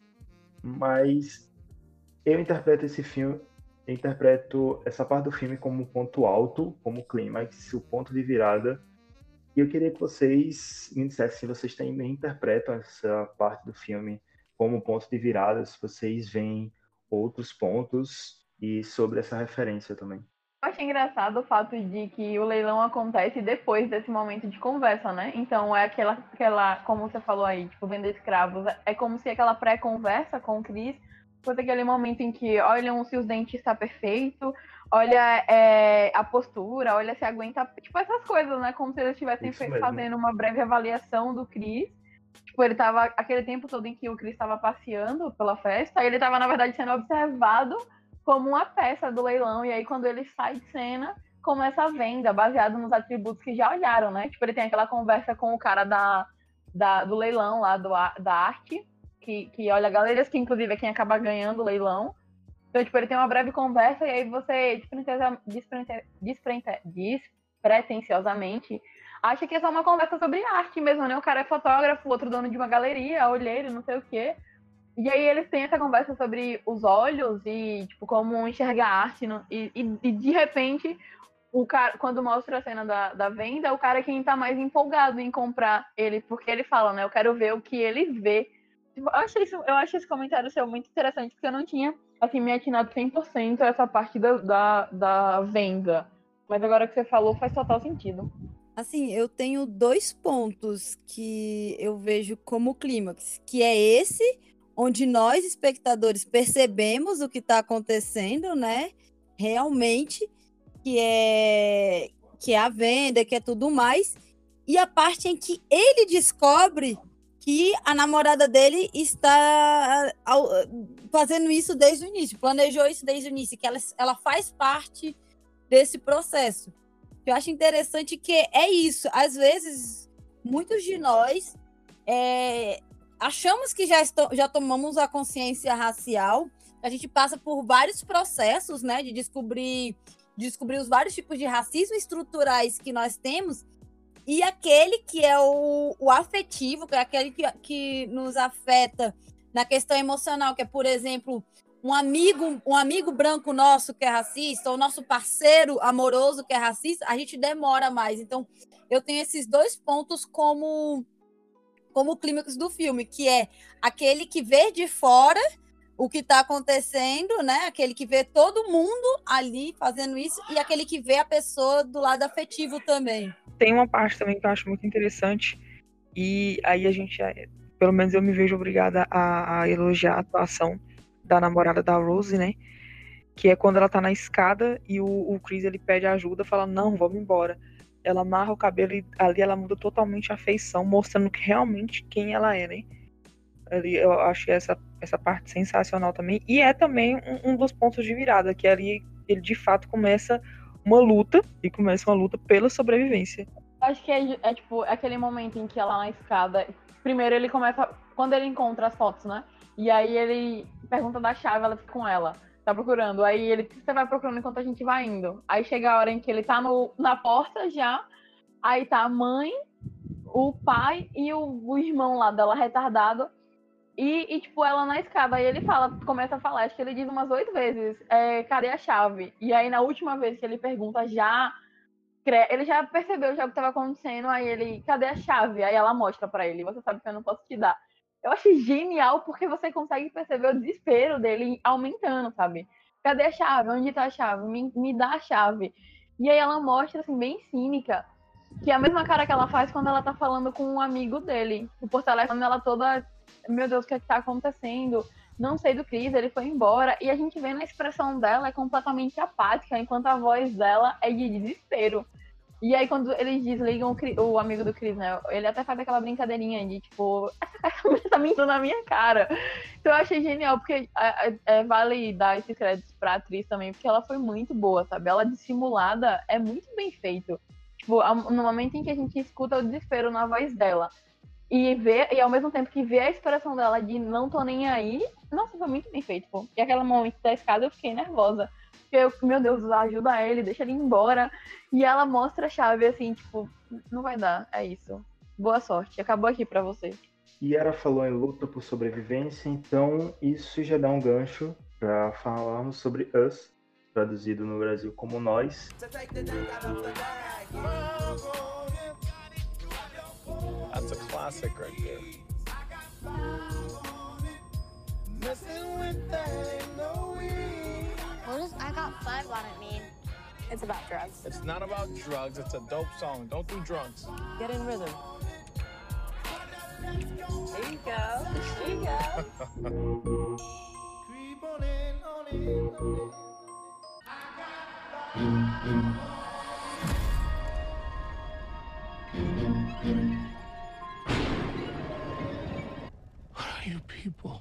Mas eu interpreto esse filme, eu interpreto essa parte do filme como um ponto alto, como clímax, o ponto de virada. E eu queria que vocês me dissessem se vocês também interpretam essa parte do filme como ponto de virada, se vocês veem outros pontos, e sobre essa referência também. Eu achei engraçado o fato de que o leilão acontece depois desse momento de conversa, né? Então é aquela, aquela como você falou aí, tipo, vender escravos, é como se aquela pré-conversa com o Chris fosse aquele momento em que olham se os dentes estão perfeitos, olha é, a postura, olha se aguenta, tipo, essas coisas, né? Como se eles estivessem fazendo uma breve avaliação do Chris. Tipo, ele tava aquele tempo todo em que o Chris estava passeando pela festa, e ele estava, na verdade, sendo observado como uma peça do leilão, e aí quando ele sai de cena, começa a venda, baseado nos atributos que já olharam, né? Tipo, ele tem aquela conversa com o cara da, da, do leilão lá, do, da arte, que, que olha galerias, que inclusive é quem acaba ganhando o leilão. Então, tipo, ele tem uma breve conversa, e aí você, despretensiosamente, acha que é só uma conversa sobre arte mesmo, né? O cara é fotógrafo, o outro dono de uma galeria, olheiro, não sei o quê. E aí eles têm essa conversa sobre os olhos e, tipo, como enxergar a arte. No, e, e, e, de repente, o cara, quando mostra a cena da, da venda, o cara é quem tá mais empolgado em comprar ele, porque ele fala, né? Eu quero ver o que ele vê. Tipo, eu, achei isso, eu acho esse comentário seu muito interessante, porque eu não tinha, assim, me atinado cem por cento essa parte da, da, da venda. Mas agora que você falou, faz total sentido. Assim, eu tenho dois pontos que eu vejo como clímax, que é esse, onde nós, espectadores, percebemos o que está acontecendo, né? Realmente, que é, que é a venda, que é tudo mais, e a parte em que ele descobre que a namorada dele está fazendo isso desde o início, planejou isso desde o início, que ela, ela faz parte desse processo. Eu acho interessante que é isso. Às vezes, muitos de nós é, achamos que já, estou, já tomamos a consciência racial. A gente passa por vários processos, né, de descobrir, de descobrir os vários tipos de racismo estruturais que nós temos, e aquele que é o, o afetivo, que é aquele que, que nos afeta na questão emocional, que é, por exemplo, um amigo, um amigo branco nosso que é racista, ou nosso parceiro amoroso que é racista, a gente demora mais. Então, eu tenho esses dois pontos como, como clímax do filme, que é aquele que vê de fora o que está acontecendo, né? Aquele que vê todo mundo ali fazendo isso, e aquele que vê a pessoa do lado afetivo também. Tem uma parte também que eu acho muito interessante, e aí a gente, pelo menos eu me vejo obrigada a, a elogiar a atuação da namorada da Rose, né? Que é quando ela tá na escada e o, o Chris, ele pede ajuda, fala, não, vamos embora. Ela amarra o cabelo e ali ela muda totalmente a feição, mostrando que realmente quem ela é, né? Ali eu acho essa, essa parte sensacional também. E é também um, um dos pontos de virada, que ali ele de fato começa uma luta, e começa uma luta pela sobrevivência. Acho que é, é tipo aquele momento em que ela na escada, primeiro ele começa, quando ele encontra as fotos, né? E aí ele pergunta da chave, ela fica com ela, tá procurando. Aí ele, você vai procurando enquanto a gente vai indo. Aí chega a hora em que ele tá no, na porta já, aí tá a mãe, o pai e o, o irmão lá dela retardado. E, e, tipo, ela na escada, aí ele fala, começa a falar, acho que ele diz umas oito vezes, é, cadê a chave? E aí na última vez que ele pergunta, já, ele já percebeu já o que estava acontecendo, aí ele, cadê a chave? Aí ela mostra pra ele, você sabe que eu não posso te dar. Eu achei genial, porque você consegue perceber o desespero dele aumentando, sabe? Cadê a chave? Onde tá a chave? Me, me dá a chave. E aí ela mostra, assim, bem cínica, que é a mesma cara que ela faz quando ela tá falando com um amigo dele. Por telefone, ela toda, meu Deus, o que é que tá acontecendo? Não sei do Chris, ele foi embora. E a gente vê na expressão dela, é completamente apática, enquanto a voz dela é de desespero. E aí, quando eles desligam o, o amigo do Chris, né? Ele até faz aquela brincadeirinha de, tipo, essa mulher tá mentindo na minha cara. Então eu achei genial, porque é, é, vale dar esses créditos pra atriz também, porque ela foi muito boa, sabe? Ela dissimulada é muito bem feito. Tipo, no momento em que a gente escuta o desespero na voz dela e vê, e ao mesmo tempo que vê a expressão dela de não tô nem aí, nossa, foi muito bem feito, pô. E aquele momento da escada eu fiquei nervosa. Porque eu, meu Deus, ajuda ele, deixa ele ir embora. E ela mostra a chave assim, tipo, não vai dar, é isso. Boa sorte, acabou aqui pra você. E ela falou em luta por sobrevivência, então isso já dá um gancho pra falarmos sobre Us, traduzido no Brasil como Nós. That's a classic right there. What does I got five on it mean? It's about drugs. It's not about drugs, it's a dope song. Don't do drugs. Get in rhythm. There you go. There you go. Creep on in, on in, on in. What are you people?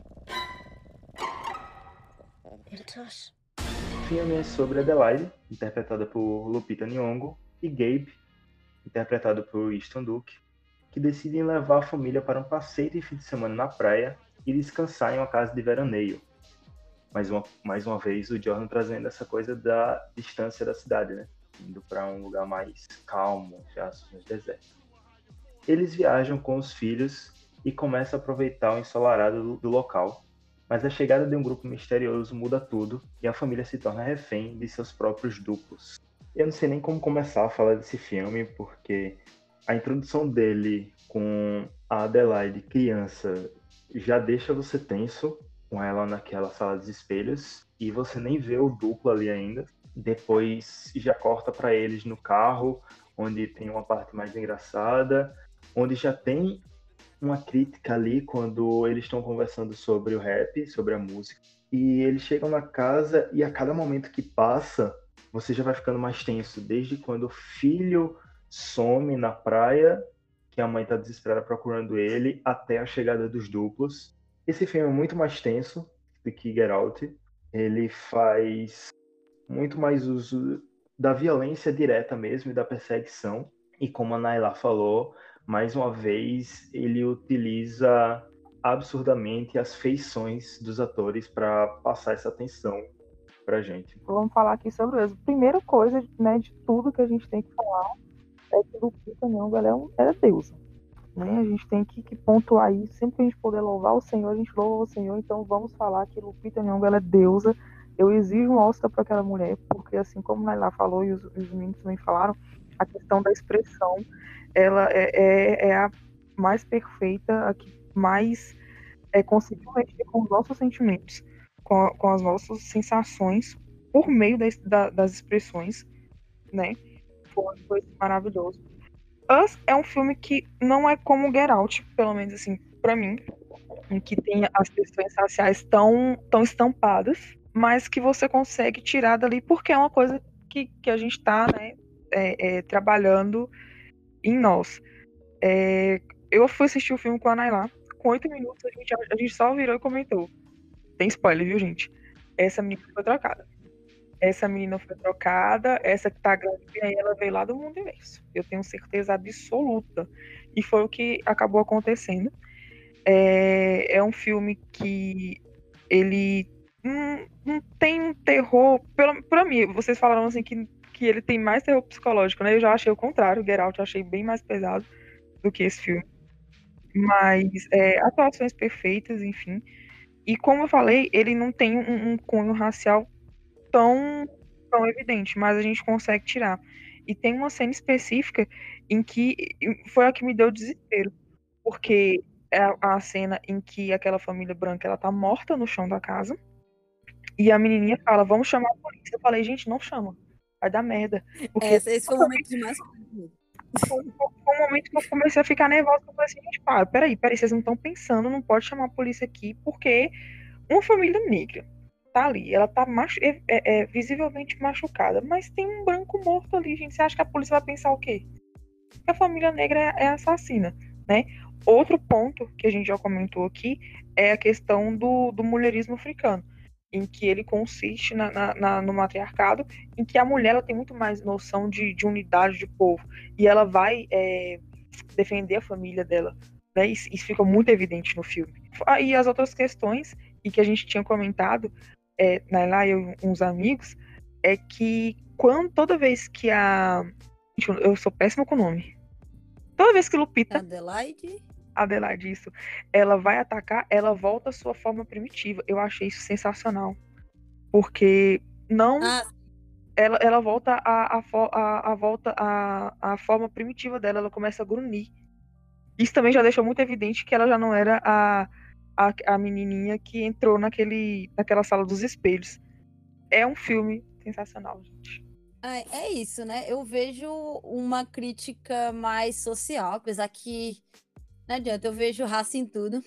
It's us. O filme é sobre Adelaide, interpretada por Lupita Nyong'o, e Gabe, interpretado por Easton Duke, que decidem levar a família para um passeio de fim de semana na praia e descansar em uma casa de veraneio. Mais uma, mais uma vez, o Jordan trazendo essa coisa da distância da cidade, né? Indo para um lugar mais calmo, já no deserto. Eles viajam com os filhos e começam a aproveitar o ensolarado do, do local, mas a chegada de um grupo misterioso muda tudo e a família se torna refém de seus próprios duplos. Eu não sei nem como começar a falar desse filme, porque a introdução dele com a Adelaide criança já deixa você tenso, com ela naquela sala dos espelhos, e você nem vê o duplo ali ainda. Depois já corta para eles no carro, onde tem uma parte mais engraçada, onde já tem uma crítica ali quando eles estão conversando sobre o rap, sobre a música. E eles chegam na casa e a cada momento que passa, você já vai ficando mais tenso. Desde quando o filho some na praia, que a mãe está desesperada procurando ele, até a chegada dos duplos. Esse filme é muito mais tenso do que Get Out. Ele faz muito mais uso da violência direta mesmo e da perseguição. E como a Naila falou, mais uma vez, ele utiliza absurdamente as feições dos atores para passar essa tensão pra gente. Vamos falar aqui sobre isso. Primeira coisa, né, de tudo que a gente tem que falar é que Lupita Nyong'o, ela é, um, ela é deusa. Né? A gente tem que, que pontuar isso. Sempre que a gente puder louvar o Senhor, a gente louva o Senhor. Então vamos falar que Lupita Nyong'o, ela é deusa. Eu exijo um Oscar para aquela mulher, porque assim como Nailá falou e os, os meninos também falaram, a questão da expressão, ela é, é, é a mais perfeita, a que mais é, conseguiu mexer com os nossos sentimentos, com, com as nossas sensações, por meio das, da, das expressões, né? Foi, foi maravilhoso. Us é um filme que não é como Get Out, pelo menos assim, pra mim, em que tem as questões raciais tão, tão estampadas, mas que você consegue tirar dali porque é uma coisa que, que a gente tá, né, é, é, trabalhando em nós. É, eu fui assistir o filme com a Nailá, com oito minutos a gente, a gente só virou e comentou. Tem spoiler, viu, gente? Essa menina foi trocada. Essa menina foi trocada, essa que tá grande, ela veio lá do mundo imenso. Eu tenho certeza absoluta. E foi o que acabou acontecendo. É, é um filme que ele não, não tem um terror. Pelo, pra mim, vocês falaram assim que, que ele tem mais terror psicológico, né? Eu já achei o contrário. O Get Out eu achei bem mais pesado do que esse filme. Mas é, atuações perfeitas, enfim. E como eu falei, ele não tem um, um cunho racial tão, tão evidente, mas a gente consegue tirar. E tem uma cena específica em que foi a que me deu desespero, porque é a cena em que aquela família branca ela tá morta no chão da casa e a menininha fala, vamos chamar a polícia. Eu falei, gente, não chama, vai dar merda. Porque esse, esse foi o momento de mais... Foi, foi um momento que eu comecei a ficar nervosa, eu falei assim, gente, para, peraí, peraí, vocês não estão pensando, não pode chamar a polícia aqui, porque uma família negra tá ali, ela tá machu é, é, é, visivelmente machucada, mas tem um branco morto ali, gente. Você acha que a polícia vai pensar o quê? Que a família negra é, é assassina, né? Outro ponto que a gente já comentou aqui é a questão do, do mulherismo africano, em que ele consiste na, na, na, no matriarcado, em que a mulher ela tem muito mais noção de, de unidade de povo, e ela vai é, defender a família dela, né? Isso, isso fica muito evidente no filme. E as outras questões, e que a gente tinha comentado, É, Nailá e eu, uns amigos, é que quando, toda vez que a... Eu sou péssima com o nome. Toda vez que Lupita... Adelaide? Adelaide, isso. Ela vai atacar, ela volta à sua forma primitiva. Eu achei isso sensacional. Porque não... Ah. Ela, ela volta a, a, a, a, volta a, a forma primitiva dela. Ela começa a grunhir. Isso também já deixou muito evidente que ela já não era a... A, a menininha que entrou naquele, naquela sala dos espelhos. É um filme sensacional, gente. É, é isso, né? Eu vejo uma crítica mais social, apesar que não adianta, eu vejo raça em tudo.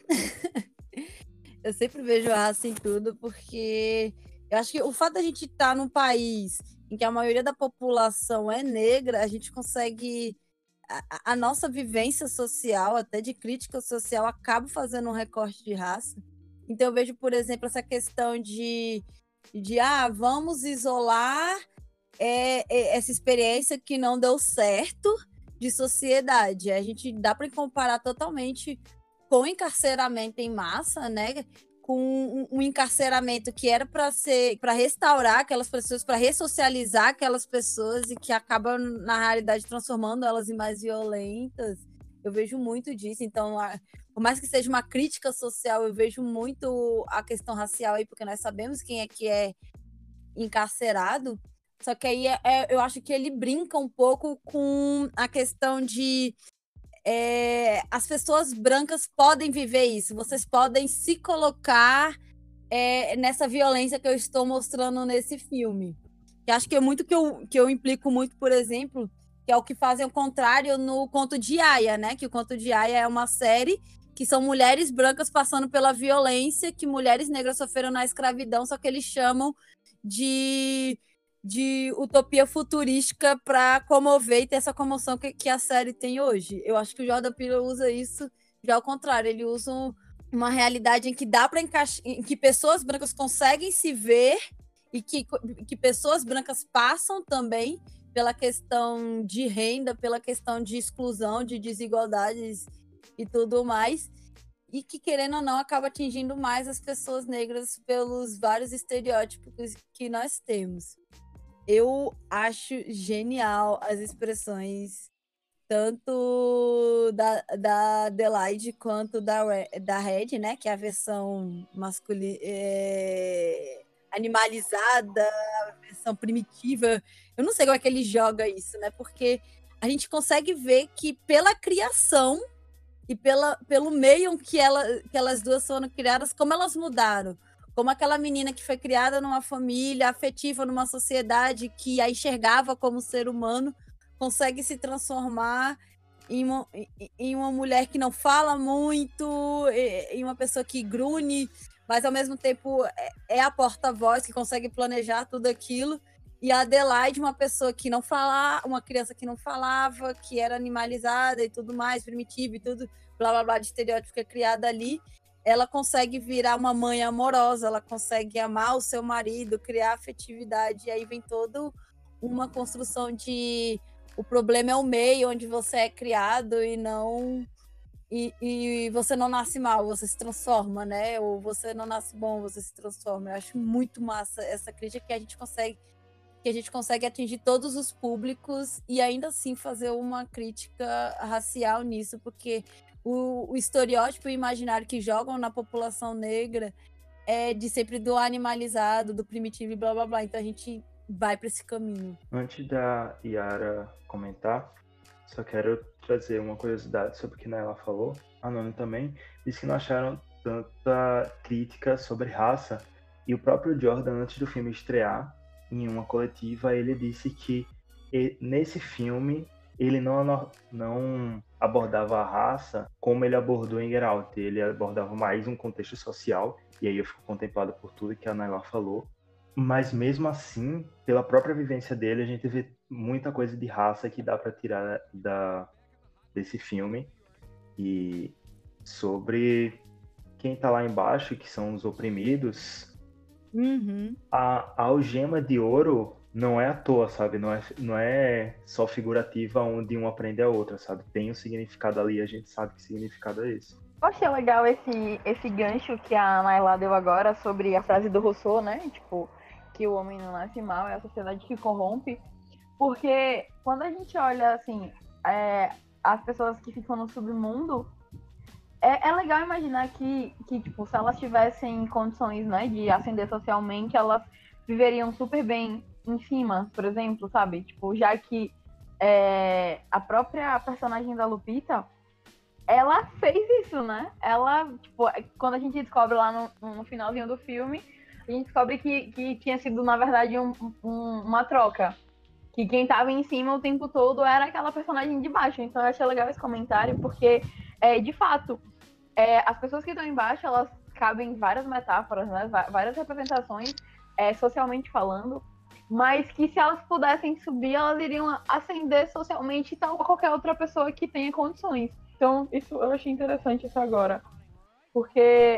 Eu sempre vejo raça em tudo, porque eu acho que o fato da gente estar num país em que a maioria da população é negra, a gente consegue... A, a nossa vivência social, até de crítica social, acaba fazendo um recorte de raça. Então eu vejo, por exemplo, essa questão de, de ah, vamos isolar é, é, essa experiência que não deu certo de sociedade. A gente dá para comparar totalmente com o encarceramento em massa, né? Com um, um encarceramento que era para ser, para restaurar aquelas pessoas, para ressocializar aquelas pessoas e que acaba, na realidade, transformando elas em mais violentas. Eu vejo muito disso. Então, a, por mais que seja uma crítica social, eu vejo muito a questão racial aí, porque nós sabemos quem é que é encarcerado. Só que aí é, é, eu acho que ele brinca um pouco com a questão de É, as pessoas brancas podem viver isso, vocês podem se colocar é, nessa violência que eu estou mostrando nesse filme. Que acho que é muito que eu, que eu implico muito, por exemplo, que é o que fazem o contrário no Conto de Aia, né? Que o Conto de Aia é uma série que são mulheres brancas passando pela violência que mulheres negras sofreram na escravidão, só que eles chamam de... de utopia futurística para comover e ter essa comoção que, que a série tem hoje. Eu acho que o Jordan Peele usa isso já ao contrário, ele usa um, uma realidade em que dá para encaixar, em que pessoas brancas conseguem se ver e que, que pessoas brancas passam também pela questão de renda, pela questão de exclusão, de desigualdades e tudo mais, e que, querendo ou não, acaba atingindo mais as pessoas negras pelos vários estereótipos que nós temos. Eu acho genial as expressões tanto da, da Adelaide quanto da, Re- da Red, né? Que é a versão masculina, animalizada, a versão primitiva. Eu não sei como é que ele joga isso, né? Porque a gente consegue ver que pela criação e pela, pelo meio em que, ela, que elas duas foram criadas, como elas mudaram. Como aquela menina que foi criada numa família afetiva, numa sociedade que a enxergava como ser humano, consegue se transformar em uma, em uma mulher que não fala muito, em uma pessoa que grune, mas ao mesmo tempo é, é a porta-voz que consegue planejar tudo aquilo. E a Adelaide, uma pessoa que não falava, uma criança que não falava, que era animalizada e tudo mais, primitiva e tudo, blá blá blá, de estereótipo que é criada ali, ela consegue virar uma mãe amorosa, ela consegue amar o seu marido, criar afetividade, e aí vem toda uma construção de o problema é o meio onde você é criado e não e, e você não nasce mal, você se transforma, né? Ou você não nasce bom, você se transforma. Eu acho muito massa essa crítica que a gente consegue que a gente consegue atingir todos os públicos e ainda assim fazer uma crítica racial nisso, porque o, o estereótipo e o imaginário que jogam na população negra é de sempre do animalizado, do primitivo e blá blá blá. Então a gente vai para esse caminho. Antes da Yara comentar, só quero trazer uma curiosidade sobre o que ela falou. A Noni também disse que não acharam tanta crítica sobre raça. E o próprio Jordan, antes do filme estrear, em uma coletiva, ele disse que nesse filme ele não, não abordava a raça como ele abordou em Get Out. Ele abordava mais um contexto social, e aí eu fico contemplado por tudo que a Naila falou. Mas mesmo assim, pela própria vivência dele, a gente vê muita coisa de raça que dá para tirar da, desse filme. E sobre quem tá lá embaixo, que são os oprimidos, uhum. a, a algema de ouro não é à toa, sabe? Não é, não é só figurativa onde um aprende a outra, sabe? Tem um significado ali, a gente sabe que significado é esse. Eu achei legal esse, esse gancho que a Naila deu agora sobre a frase do Rousseau, né? Tipo, que o homem não nasce mal, é a sociedade que corrompe. Porque quando a gente olha, assim, é, as pessoas que ficam no submundo, é, é legal imaginar que, que, tipo, se elas tivessem condições, né, de ascender socialmente, elas viveriam super bem em cima, por exemplo, sabe? Tipo, já que é, a própria personagem da Lupita, ela fez isso, né? Ela, tipo, quando a gente descobre lá no, no finalzinho do filme, a gente descobre que, que tinha sido, na verdade, um, um, uma troca. Que quem tava em cima o tempo todo era aquela personagem de baixo. Então eu achei legal esse comentário, porque, é, de fato, é, as pessoas que estão embaixo, elas cabem várias metáforas, né? Várias representações, é, socialmente falando, mas que se elas pudessem subir, elas iriam ascender socialmente tal como qualquer outra pessoa que tenha condições. Então, isso eu achei interessante isso agora. Porque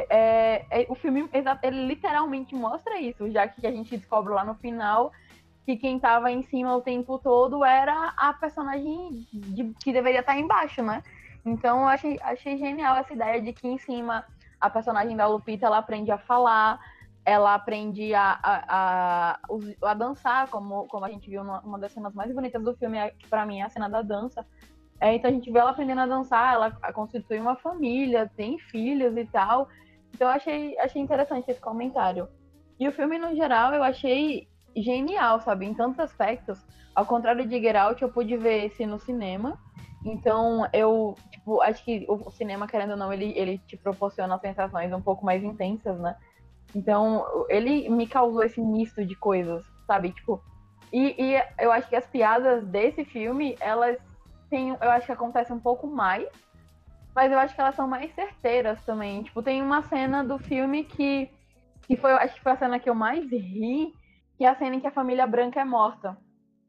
é, é, o filme, ele literalmente mostra isso, já que a gente descobre lá no final que quem tava em cima o tempo todo era a personagem de, que deveria estar embaixo, né? Então, eu achei, achei genial essa ideia de que em cima a personagem da Lupita, ela aprende a falar, ela aprende a, a, a, a dançar, como, como a gente viu numa das cenas mais bonitas do filme, que pra mim é a cena da dança. É, então a gente vê ela aprendendo a dançar, ela constitui uma família, tem filhos e tal. Então eu achei, achei interessante esse comentário. E o filme, no geral, eu achei genial, sabe? Em tantos aspectos. Ao contrário de Get Out, eu pude ver esse no cinema. Então eu, tipo, acho que o cinema, querendo ou não, ele, ele te proporciona sensações um pouco mais intensas, né? Então ele me causou esse misto de coisas, sabe? Tipo, e, e eu acho que as piadas desse filme, elas tem, eu acho que acontece um pouco mais, mas eu acho que elas são mais certeiras também. Tipo, tem uma cena do filme que, que foi, acho que foi a cena que eu mais ri, que é a cena em que a família branca é morta.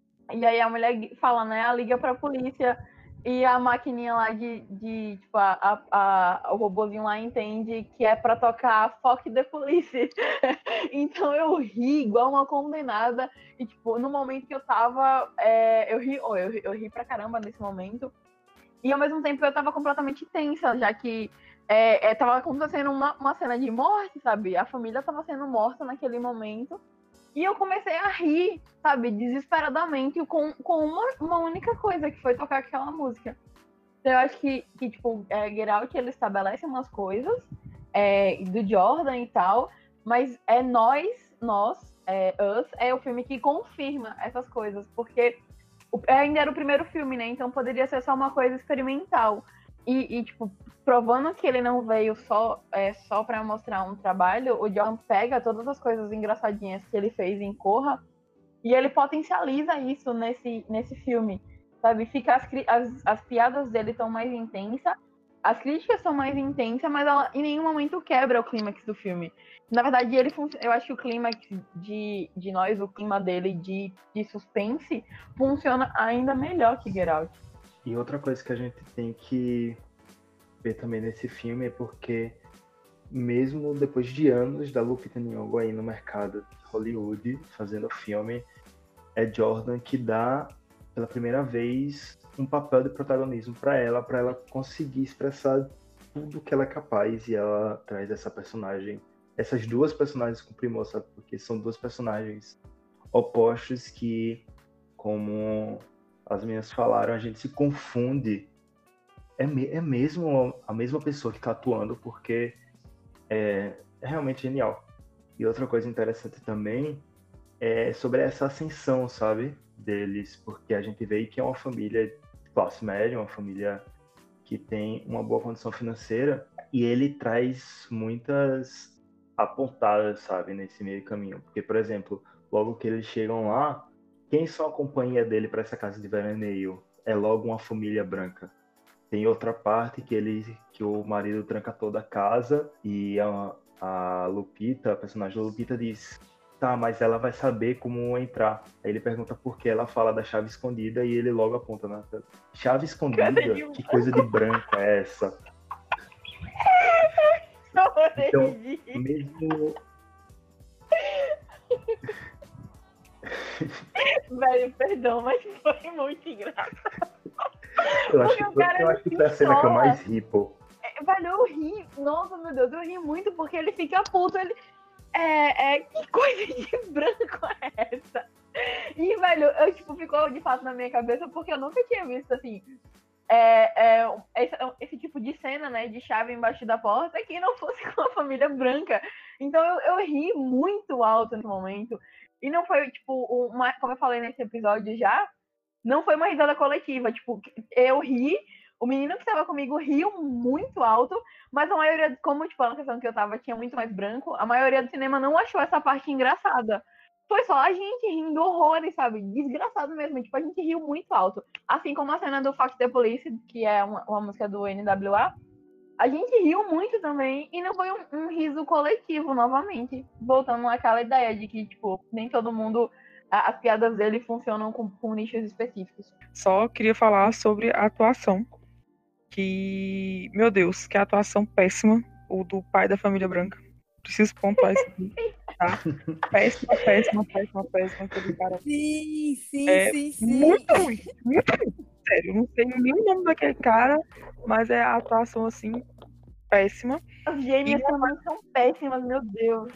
E aí a mulher fala, né, a liga pra polícia, e a maquininha lá de, de tipo, a, a, a, o robozinho lá entende que é pra tocar Fuck the Police. Então eu ri igual uma condenada. E, tipo, no momento que eu tava, é, eu, ri, oh, eu, eu ri pra caramba nesse momento. E, ao mesmo tempo, eu tava completamente tensa, já que é, é, tava acontecendo uma, uma cena de morte, sabe? A família tava sendo morta naquele momento. E eu comecei a rir, sabe, desesperadamente com, com uma, uma única coisa, que foi tocar aquela música. Então eu acho que, que tipo, é, Get Out, ele estabelece umas coisas é, do Jordan e tal, mas é nós, nós, é, Us, é o filme que confirma essas coisas, porque o, ainda era o primeiro filme, né, então poderia ser só uma coisa experimental. E, e tipo, provando que ele não veio só, é, só pra mostrar um trabalho, o Jordan pega todas as coisas engraçadinhas que ele fez em Corra e ele potencializa isso nesse, nesse filme, sabe? Fica as, as, as piadas dele estão mais intensas, as críticas são mais intensas, mas ela em nenhum momento quebra o clímax do filme. Na verdade, ele eu acho que o clímax de, de nós, o clima dele de, de suspense, funciona ainda melhor que Get Out. E outra coisa que a gente tem que ver também nesse filme é porque, mesmo depois de anos da Lupita Nyong'o aí no mercado de Hollywood, fazendo filme, é Jordan que dá, pela primeira vez, um papel de protagonismo para ela, para ela conseguir expressar tudo que ela é capaz, e ela traz essa personagem, essas duas personagens com primor, sabe? Porque são duas personagens opostos que, como as meninas falaram, a gente se confunde. É, me- é mesmo a mesma pessoa que está atuando, porque é, é realmente genial. E outra coisa interessante também é sobre essa ascensão, sabe, deles, porque a gente vê que é uma família de classe média, uma família que tem uma boa condição financeira, e ele traz muitas apontadas, sabe, nesse meio caminho. Porque, por exemplo, logo que eles chegam lá, quem são a companhia dele para essa casa de veraneio? É logo uma família branca. Tem outra parte que ele, que o marido tranca toda a casa e a, a Lupita, a personagem da Lupita diz: tá, mas ela vai saber como entrar. Aí ele pergunta por que, ela fala da chave escondida e ele logo aponta na chave escondida. Que coisa de branco é essa? Então, mesmo Velho, perdão, mas foi muito engraçado. Eu acho, Porque o que, cara eu acho que foi a cena que eu mais ri, pô. É, velho, eu ri. Nossa, meu Deus, eu ri muito porque ele fica puto. Ele. É, é, que coisa de branco é essa? E, velho, eu, tipo, ficou de fato na minha cabeça porque eu nunca tinha visto, assim, é, é, esse, esse tipo de cena, né, de chave embaixo da porta que não fosse com a família branca. Então eu, eu ri muito alto nesse momento. E não foi, tipo, uma, como eu falei nesse episódio já, não foi uma risada coletiva. Tipo, eu ri, o menino que estava comigo riu muito alto, mas a maioria, como, tipo, a questão que eu tava tinha muito mais branco, a maioria do cinema não achou essa parte engraçada. Foi só a gente rindo horrores, sabe? Desgraçado mesmo. Tipo, a gente riu muito alto. Assim como a cena do Fuck the Police, que é uma, uma música do N W A, a gente riu muito também e não foi um, um riso coletivo, novamente. Voltando àquela ideia de que, tipo, nem todo mundo... A, as piadas dele funcionam com, com nichos específicos. Só queria falar sobre a atuação. Que, meu Deus, que atuação péssima. O do pai da família branca. Preciso pontuar isso aqui. Tá? Péssima, péssima, péssima, péssima. Aquele cara. Sim, sim, é sim, sim. Muito ruim, muito ruim. Sério, não sei nem o nome daquele cara, mas é a atuação assim, péssima. As gêmeas também são péssimas, meu Deus.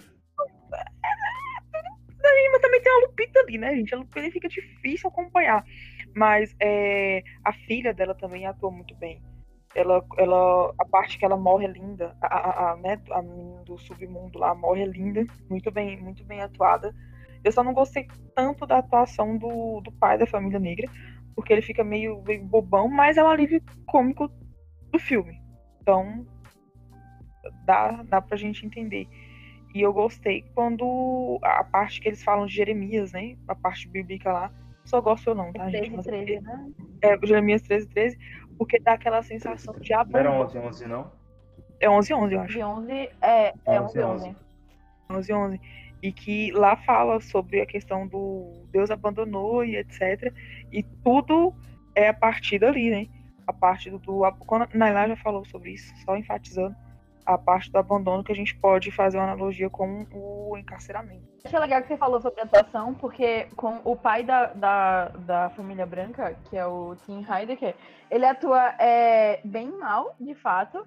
Mas também tem a Lupita ali, né, gente? A Lupita fica difícil acompanhar. Mas é, a filha dela também atua muito bem. Ela, ela, a parte que ela morre é linda. A, a, a, né, a menina do submundo lá morre é linda. Muito bem, muito bem atuada. Eu só não gostei tanto da atuação do, do pai da família negra, porque ele fica meio, meio bobão, mas é um alívio cômico do filme. Então, dá, dá pra gente entender. E eu gostei quando a parte que eles falam de Jeremias, né? A parte bíblica lá. Só gosto eu não, tá, gente? Mas treze, né? É, Jeremias treze, treze, porque dá aquela sensação de abandono. Não era onze, onze, não? É onze, onze, eu acho. De onze, é, é onze, onze. onze, onze. E que lá fala sobre a questão do Deus abandonou e etcétera. E tudo é a partir dali, né? A parte do... do quando a Nailá já falou sobre isso, só enfatizando a parte do abandono, que a gente pode fazer uma analogia com o encarceramento. Achei legal que você falou sobre atuação, porque com o pai da, da, da família branca, que é o Tim Heidecker, ele atua é, bem mal, de fato,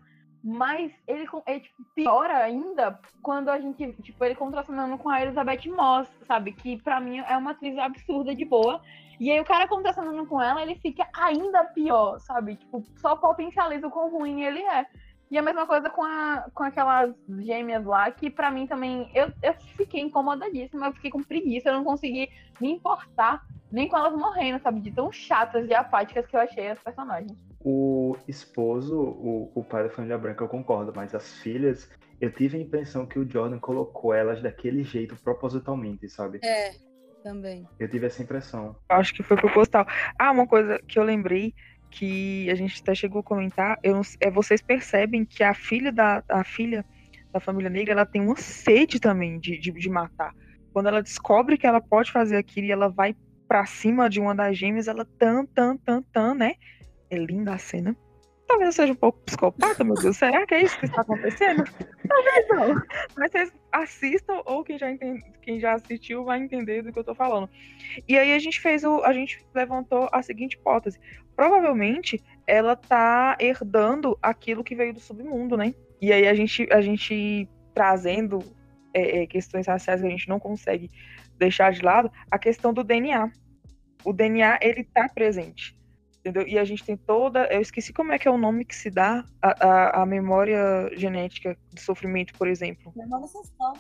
Mas ele, ele tipo, piora ainda quando a gente, tipo, ele contracenando com a Elizabeth Moss, sabe? Que pra mim é uma atriz absurda de boa. E aí o cara contracenando com ela, ele fica ainda pior, sabe? Tipo, só potencializa o quão ruim ele é. E a mesma coisa com, a, com aquelas gêmeas lá, que pra mim também, eu, eu fiquei incomodadíssima, eu fiquei com preguiça, eu não consegui me importar nem com elas morrendo, sabe? De tão chatas e apáticas que eu achei as personagens. O esposo, o, o pai da família branca, eu concordo, mas as filhas, eu tive a impressão que o Jordan colocou elas daquele jeito propositalmente, sabe? É, também. Eu tive essa impressão. Acho que foi proposital. Ah, uma coisa que eu lembrei, que a gente até chegou a comentar, eu não, é, vocês percebem que a filha da, a filha da família negra, ela tem uma sede também de, de, de matar. Quando ela descobre que ela pode fazer aquilo e ela vai pra cima de uma das gêmeas, ela tan, tan, tan, tan, né? É linda a cena. Talvez eu seja um pouco psicopata, meu Deus. Será que é isso que está acontecendo? Talvez não. Mas vocês assistam, ou quem já, entende, quem já assistiu vai entender do que eu tô falando. E aí a gente fez o. A gente levantou a seguinte hipótese. Provavelmente ela tá herdando aquilo que veio do submundo, né? E aí a gente, a gente trazendo é, é, questões raciais que a gente não consegue deixar de lado, a questão do D N A. O D N A, ele tá presente. Entendeu? E a gente tem toda... Eu esqueci como é que é o nome que se dá a, a, a memória genética de sofrimento, por exemplo. Memória ancestral.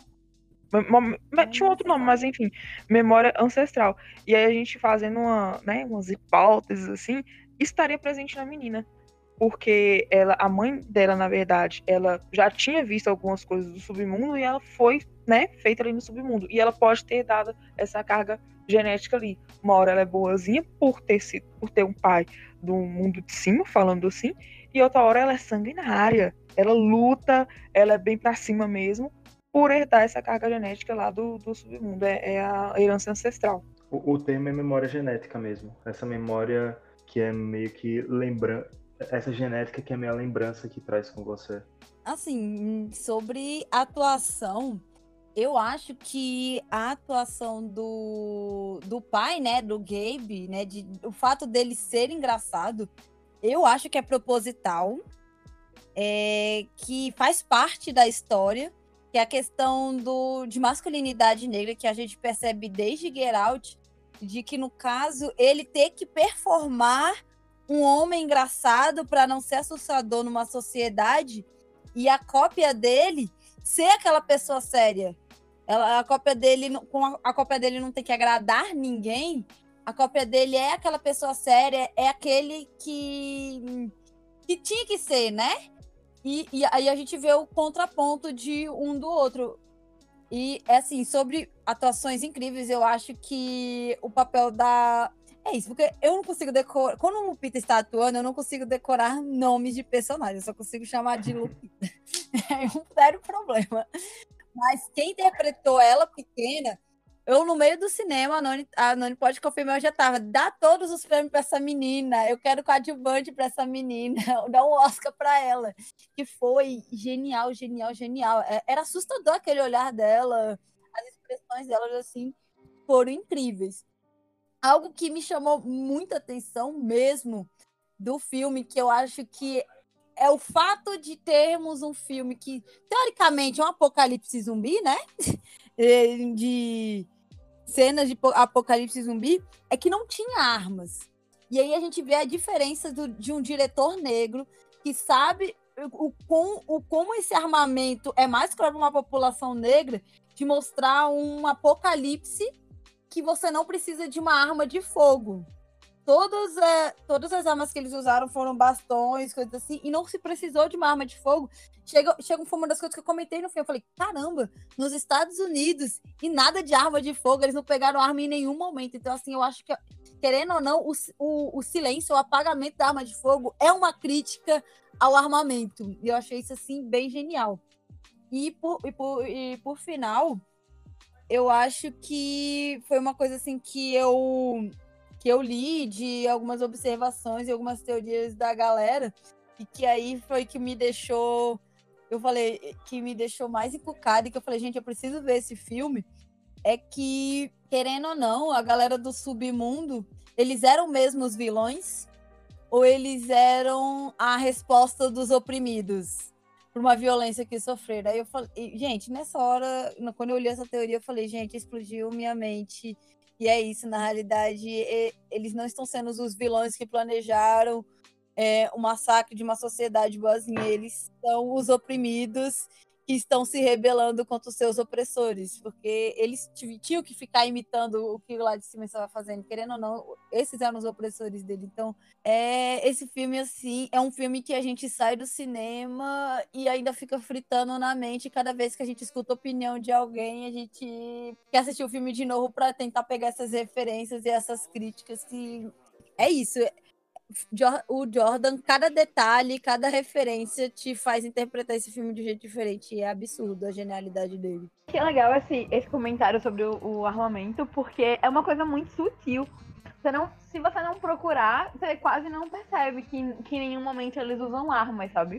Tinha outro nome, mas enfim. Memória ancestral. E aí a gente fazendo uma, né, umas hipóteses assim, estaria presente na menina. Porque ela, a mãe dela, na verdade, ela já tinha visto algumas coisas do submundo e ela foi, né, feita ali no submundo. E ela pode ter dado essa carga genética ali. Uma hora ela é boazinha por ter, sido, por ter um pai do mundo de cima, falando assim, e outra hora ela é sanguinária. Ela luta, ela é bem pra cima mesmo, por herdar essa carga genética lá do, do submundo. É, é a herança ancestral. O, o termo é memória genética mesmo. Essa memória que é meio que lembrança. Essa genética que é a minha lembrança que traz com você. Assim, sobre atuação, eu acho que a atuação do, do pai, né, do Gabe, né, de, o fato dele ser engraçado, eu acho que é proposital, é, que faz parte da história, que é a questão do, de masculinidade negra, que a gente percebe desde Get Out, de que, no caso, ele ter que performar um homem engraçado para não ser assustador numa sociedade e a cópia dele ser aquela pessoa séria. Ela, a cópia dele, com a, a cópia dele não tem que agradar ninguém, a cópia dele é aquela pessoa séria, é aquele que, que tinha que ser, né? E, e aí a gente vê o contraponto de um do outro. E, assim, sobre atuações incríveis, eu acho que o papel da... É isso, porque eu não consigo decorar... Quando o Lupita está atuando, eu não consigo decorar nomes de personagens, eu só consigo chamar de Lupita. É um sério problema. Mas quem interpretou ela pequena, eu no meio do cinema, a Noni, a Noni pode confirmar, eu já tava, dá todos os prêmios para essa menina, eu quero coadjuvante para essa menina, dá um Oscar para ela. Que foi genial, genial, genial. Era assustador aquele olhar dela, as expressões dela, assim, foram incríveis. Algo que me chamou muita atenção mesmo do filme, que eu acho que é o fato de termos um filme que, teoricamente, é um apocalipse zumbi, né? De cenas de apocalipse zumbi, é que não tinha armas. E aí a gente vê a diferença do, de um diretor negro que sabe o, com, o, como esse armamento é mais claro para uma população negra, de mostrar um apocalipse que você não precisa de uma arma de fogo. Todas, é, todas as armas que eles usaram foram bastões, coisas assim, e não se precisou de uma arma de fogo. Chega, chega foi uma das coisas que eu comentei no filme. Eu falei, caramba, nos Estados Unidos, e nada de arma de fogo, eles não pegaram arma em nenhum momento. Então, assim, eu acho que, querendo ou não, o, o, o silêncio, o apagamento da arma de fogo é uma crítica ao armamento. E eu achei isso, assim, bem genial. E por, e por, e por final... eu acho que foi uma coisa assim que eu, que eu li de algumas observações e algumas teorias da galera, e que aí foi que me deixou, eu falei, que me deixou mais encucada, e que eu falei, gente, eu preciso ver esse filme, é que, querendo ou não, a galera do submundo, eles eram mesmo os vilões, ou eles eram a resposta dos oprimidos? por uma violência que sofreram. Aí eu falei, gente, nessa hora, quando eu olhei essa teoria, eu falei, gente, explodiu minha mente. E é isso, na realidade, eles não estão sendo os vilões que planejaram é, o massacre de uma sociedade boazinha, eles são os oprimidos que estão se rebelando contra os seus opressores, porque eles tinham que ficar imitando o que lá de cima estava fazendo, querendo ou não, esses eram os opressores dele. Então, é, esse filme, assim, é um filme que a gente sai do cinema e ainda fica fritando na mente cada vez que a gente escuta a opinião de alguém, a gente quer assistir o filme de novo para tentar pegar essas referências e essas críticas que... É isso, o Jordan, cada detalhe, cada referência te faz interpretar esse filme de um jeito diferente. E é absurdo a genialidade dele. Que legal esse, esse comentário sobre o, o armamento, porque é uma coisa muito sutil. Você não, se você não procurar, você quase não percebe que, que em nenhum momento eles usam armas, sabe?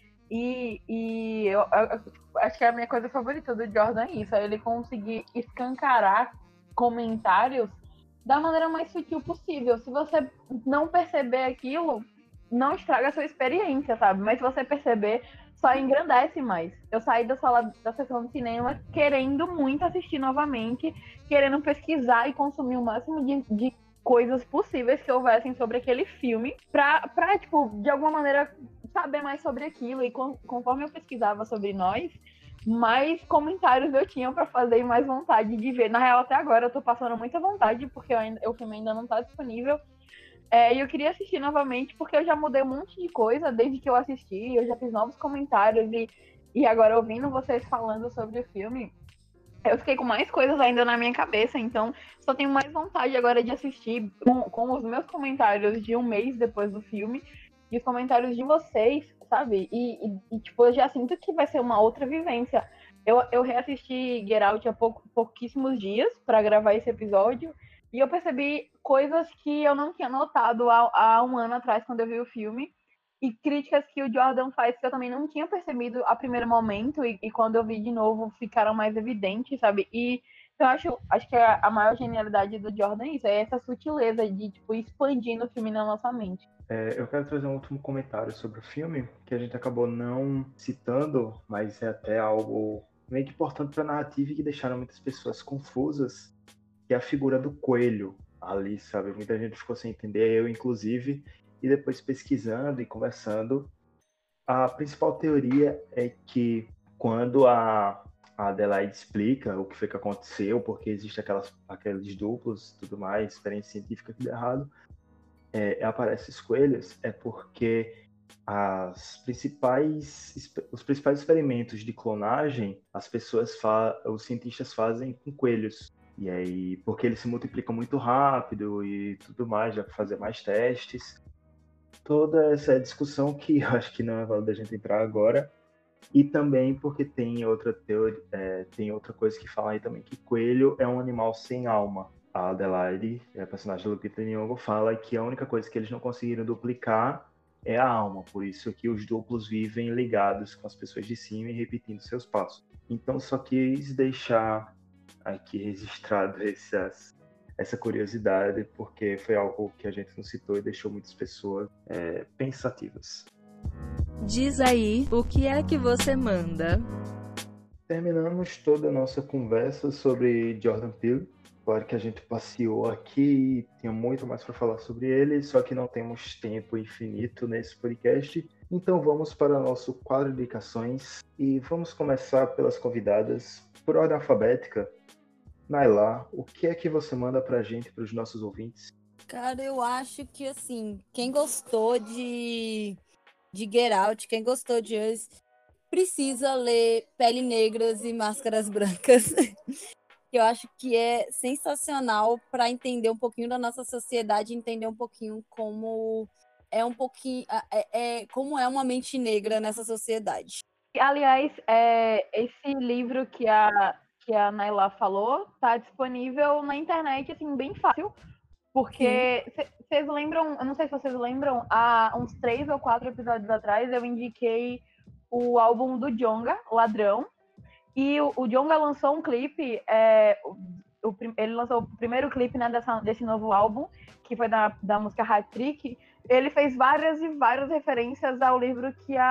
E, e eu, eu, eu acho que a minha coisa favorita do Jordan é isso, é ele conseguir escancarar comentários da maneira mais sutil possível. Se você não perceber aquilo, não estraga a sua experiência, sabe? Mas se você perceber, só engrandece mais. Eu saí da sala da sessão de cinema querendo muito assistir novamente, querendo pesquisar e consumir o máximo de, de coisas possíveis que houvessem sobre aquele filme, pra, pra, tipo, de alguma maneira saber mais sobre aquilo. E com, conforme eu pesquisava sobre nós, mais comentários eu tinha pra fazer e mais vontade de ver. Na real, até agora eu tô passando muita vontade, porque eu ainda, o filme ainda não tá disponível. É, e eu queria assistir novamente, porque eu já mudei um monte de coisa desde que eu assisti. Eu já fiz novos comentários e, e agora ouvindo vocês falando sobre o filme, eu fiquei com mais coisas ainda na minha cabeça. Então, só tenho mais vontade agora de assistir com, com os meus comentários de um mês depois do filme e os comentários de vocês, sabe? E, e, e, tipo, eu já sinto que vai ser uma outra vivência. Eu, eu reassisti Get Out há pouco, pouquíssimos dias para gravar esse episódio e eu percebi coisas que eu não tinha notado há, há um ano atrás, quando eu vi o filme, e críticas que o Jordan faz que eu também não tinha percebido a primeiro momento e, e quando eu vi de novo ficaram mais evidentes, sabe? E então, eu acho, acho que a, a maior genialidade do Jordan é isso, é essa sutileza de, tipo, expandindo o filme na nossa mente. É, eu quero trazer um último comentário sobre o filme, que a gente acabou não citando, mas é até algo meio que importante para a narrativa e que deixaram muitas pessoas confusas, que é a figura do coelho ali, sabe? Muita gente ficou sem entender, eu inclusive, e depois pesquisando e conversando, a principal teoria é que quando a, a Adelaide explica o que foi que aconteceu, porque existe aquelas, aqueles duplos e tudo mais, experiência científica que deu errado, É, aparece os coelhos, é porque as principais, os principais experimentos de clonagem, as pessoas fa- os cientistas fazem com coelhos. E aí, porque eles se multiplicam muito rápido e tudo mais, já para fazer mais testes. Toda essa discussão que eu acho que não é válido a gente entrar agora. E também porque tem outra teoria, é, tem outra coisa que fala aí também, que coelho é um animal sem alma. A Adelaide, a personagem da Lupita Nyong'o, fala que a única coisa que eles não conseguiram duplicar é a alma, por isso que os duplos vivem ligados com as pessoas de cima e repetindo seus passos. Então só quis deixar aqui registrado essas, essa curiosidade, porque foi algo que a gente não citou e deixou muitas pessoas é, pensativas. Diz aí, o que é que você manda? Terminamos toda a nossa conversa sobre Jordan Peele. Claro que a gente passeou aqui, tinha muito mais para falar sobre ele, só que não temos tempo infinito nesse podcast. Então vamos para o nosso quadro de indicações e vamos começar pelas convidadas por ordem alfabética. Naila, o que é que você manda pra gente, para os nossos ouvintes? Cara, eu acho que, assim, quem gostou de, de Get Out, quem gostou de Us, precisa ler Pele Negras e Máscaras Brancas. Eu acho que é sensacional para entender um pouquinho da nossa sociedade, entender um pouquinho como é um pouquinho é, é, como é uma mente negra nessa sociedade. Aliás, é, esse livro que a, que a Naila falou tá disponível na internet, assim, bem fácil, porque vocês lembram, eu não sei se vocês lembram, há uns três ou quatro episódios atrás eu indiquei o álbum do Djonga, Ladrão. E o, o Djonga lançou um clipe, é, o, o, ele lançou o primeiro clipe, né, dessa, desse novo álbum, que foi da, da música Hat Trick. Ele fez várias e várias referências ao livro que a,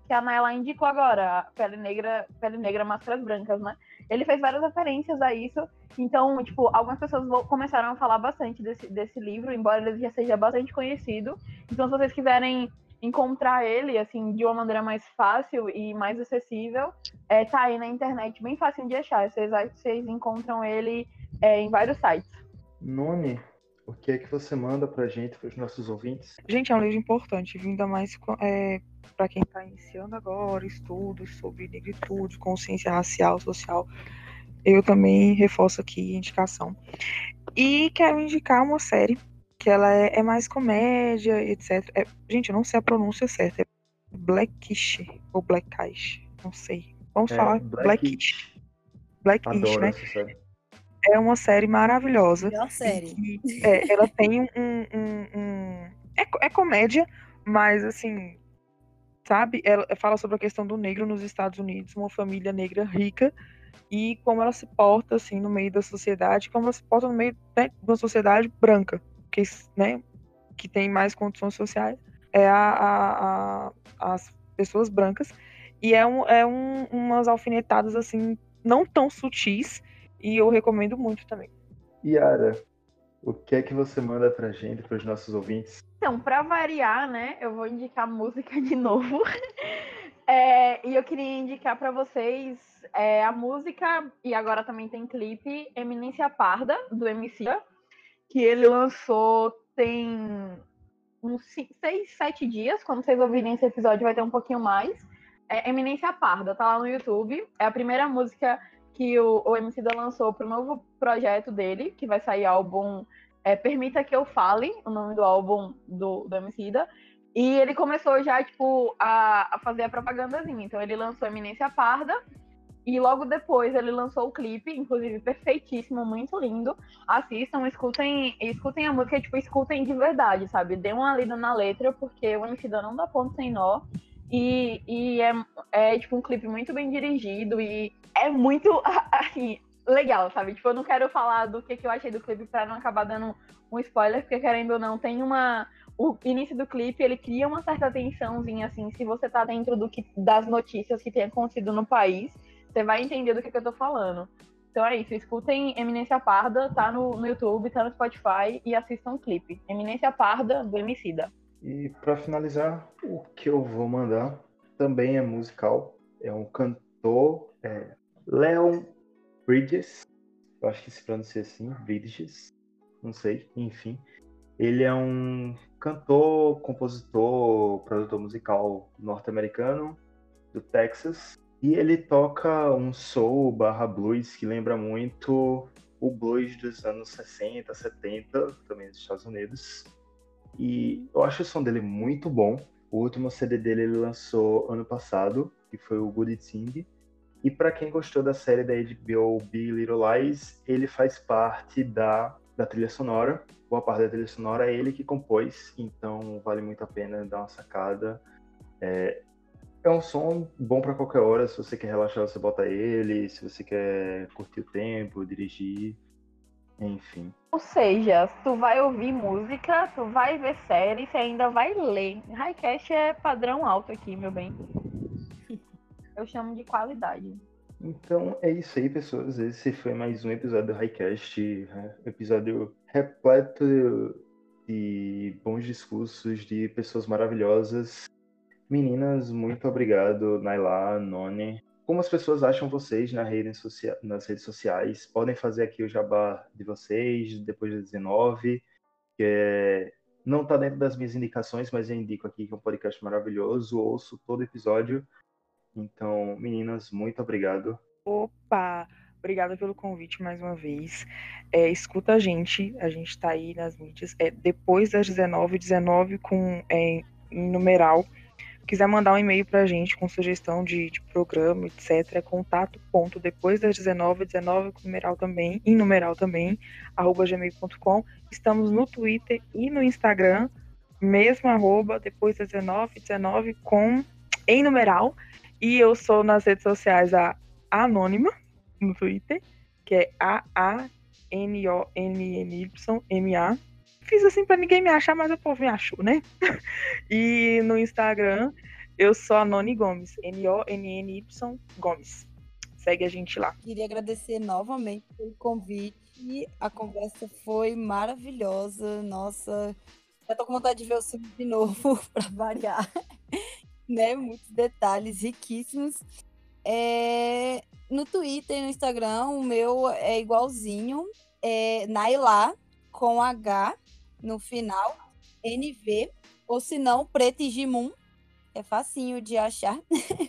que a Nayla indicou agora, a Pele Negra, Pele Negra, Máscaras Brancas, né? Ele fez várias referências a isso, então, tipo, algumas pessoas começaram a falar bastante desse, desse livro, embora ele já seja bastante conhecido. Então, se vocês quiserem encontrar ele, assim, de uma maneira mais fácil e mais acessível, é, tá aí na internet, bem fácil de achar. Vocês, vocês encontram ele é, em vários sites. Noni, o que é que você manda pra gente, pros nossos ouvintes? Gente, é um livro importante, ainda mais é, para quem está iniciando agora estudos sobre negritude, consciência racial, social. Eu também reforço aqui a indicação. E quero indicar uma série que ela é, é mais comédia, etcétera. É, gente, eu não sei a pronúncia certa. É Blackish ou Blackish, não sei. Vamos é, falar Blackish. Blackish, Blackish, né? Essa série. É uma série maravilhosa. É uma série. Que, é, ela tem um... um, um, um é, é comédia, mas assim, sabe? Ela fala sobre a questão do negro nos Estados Unidos, uma família negra rica, e como ela se porta, assim, no meio da sociedade, como ela se porta no meio, né, de uma sociedade branca, que, né, que tem mais condições sociais, é a, a, a, as pessoas brancas, e é, um, é um, umas alfinetadas, assim, não tão sutis, e eu recomendo muito também. Yara, o que é que você manda pra gente, pros nossos ouvintes? Então, pra variar, né, eu vou indicar música de novo. é, e eu queria indicar pra vocês é, a música, e agora também tem clipe, Eminência Parda, do Emicida, que ele lançou tem uns seis, sete dias. Quando vocês ouvirem esse episódio vai ter um pouquinho mais. É Eminência Parda, tá lá no YouTube. É a primeira música que o, o Emicida lançou pro novo projeto dele, que vai sair álbum é, Permita Que Eu Fale, o nome do álbum do, do Emicida. E ele começou já, tipo, a, a fazer a propagandazinha. Então ele lançou Eminência Parda, e logo depois ele lançou o clipe, inclusive perfeitíssimo, muito lindo. Assistam, escutem, escutem a música, tipo, escutem de verdade, sabe? Dê uma lida na letra, porque o Emicida não dá ponto sem nó. E, e é, é, tipo, um clipe muito bem dirigido e é muito, assim, legal, sabe? Tipo, eu não quero falar do que, que eu achei do clipe pra não acabar dando um spoiler, porque, querendo ou não, tem uma... O início do clipe, ele cria uma certa tensãozinha, assim, se você tá dentro do que, das notícias que tem acontecido no país, você vai entender do que, que eu tô falando. Então é isso, escutem Eminência Parda, tá no, no YouTube, tá no Spotify, e assistam o clipe. Eminência Parda, do Emicida. E para finalizar, o que eu vou mandar também é musical. É um cantor, é Leon Bridges. Eu acho que se pronuncia assim, Bridges. Não sei, enfim. Ele é um cantor, compositor, produtor musical norte-americano do Texas. E ele toca um soul barra blues que lembra muito o blues dos anos sessenta, setenta, também dos Estados Unidos. E eu acho o som dele muito bom. O último C D dele ele lançou ano passado, que foi o Good Thing. E para quem gostou da série da H B O Big Little Lies, ele faz parte da, da trilha sonora. Boa parte da trilha sonora é ele que compôs, então vale muito a pena dar uma sacada. É, é um som bom para qualquer hora. Se você quer relaxar, você bota ele. Se você quer curtir o tempo, dirigir, enfim. Ou seja, tu vai ouvir música, tu vai ver série, você ainda vai ler. Highcast é padrão alto aqui, meu bem. Eu chamo de qualidade. Então é isso aí, pessoas. Esse foi mais um episódio do Highcast. Episódio repleto de bons discursos de pessoas maravilhosas. Meninas, muito obrigado, Naila, Noni. Como as pessoas acham vocês na rede socia- nas redes sociais? Podem fazer aqui o jabá de vocês, depois das dezenove, que é... não está dentro das minhas indicações, mas eu indico aqui que é um podcast maravilhoso, ouço todo episódio. Então, meninas, muito obrigado. Opa! Obrigada pelo convite mais uma vez. É, escuta a gente, a gente está aí nas mídias. É, depois das dezenove, dezenove com é, em numeral. Quiser mandar um e-mail pra gente com sugestão de, de programa, etcétera, é contato ponto depois das dezenove, dezenove com numeral também, em numeral também, arroba gmail ponto com. Estamos no Twitter e no Instagram, mesmo arroba depois das dezenove, dezenove com em numeral. E eu sou nas redes sociais a Anônima, no Twitter, que é A A N O N N Y M A. Fiz assim pra ninguém me achar, mas o povo me achou, né? E no Instagram Eu sou a Noni Gomes, N O N N Y Gomes. Segue a gente lá. Queria agradecer novamente pelo convite. A conversa foi maravilhosa. Nossa, já tô com vontade de ver o filme de novo, para variar. Né? Muitos detalhes riquíssimos. É... No Twitter e no Instagram, o meu é igualzinho. É Nailá, com H no final, N V, ou se não, Preto e Gimum. É facinho de achar.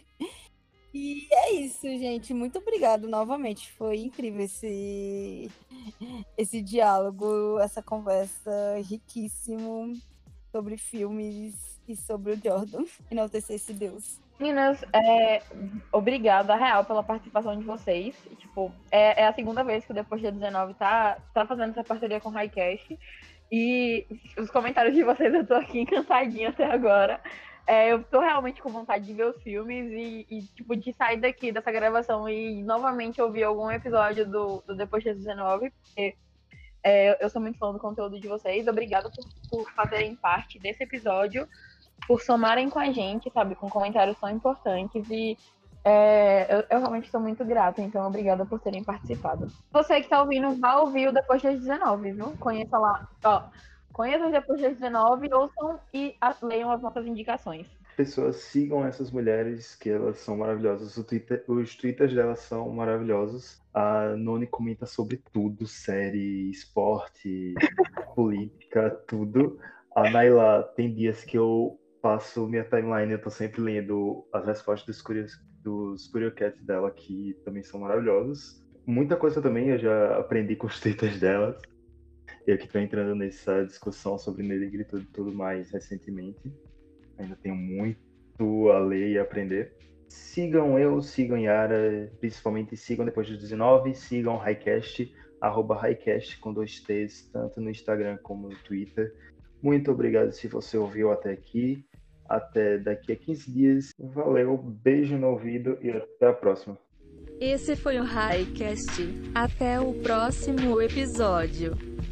E é isso, gente. Muito obrigado novamente. Foi incrível esse, esse diálogo, essa conversa riquíssimo sobre filmes e sobre o Jordan. Enaltecer esse Deus. Meninas, é, obrigada, real, pela participação de vocês. Tipo, é, é a segunda vez que o Depois de dezenove tá, tá fazendo essa parceria com o Highcast. E os comentários de vocês, eu tô aqui encantadinha até agora. É, eu tô realmente com vontade de ver os filmes e, e, tipo, de sair daqui dessa gravação e novamente ouvir algum episódio do, do Depois de dezenove, porque é, eu sou muito fã do conteúdo de vocês. Obrigada por, por fazerem parte desse episódio, por somarem com a gente, sabe, com comentários tão importantes e é, eu, eu realmente estou muito grata, então obrigada por terem participado. Você que tá ouvindo, vá ouvir o Depois das dezenove, viu? Conheça lá, ó, conheça o Depois das dezenove, ouçam e a, leiam as nossas indicações. Pessoas, sigam essas mulheres, que elas são maravilhosas. O Twitter, os twitters delas são maravilhosos. A Noni comenta sobre tudo, série, esporte, política, tudo. A Naila, tem dias que eu passo minha timeline, eu tô sempre lendo as respostas dos, curios, dos Curiocats dela, que também são maravilhosos. Muita coisa também eu já aprendi com os twitters delas. Eu que tô entrando nessa discussão sobre negritude e tudo mais recentemente. Ainda tenho muito a ler e aprender. Sigam eu, sigam Yara, principalmente sigam Depois dos dezenove, sigam o Highcast, arroba Highcast com dois T's, tanto no Instagram como no Twitter. Muito obrigado se você ouviu até aqui. Até daqui a quinze dias. Valeu, beijo no ouvido e até a próxima. Esse foi o Highcast. Até o próximo episódio.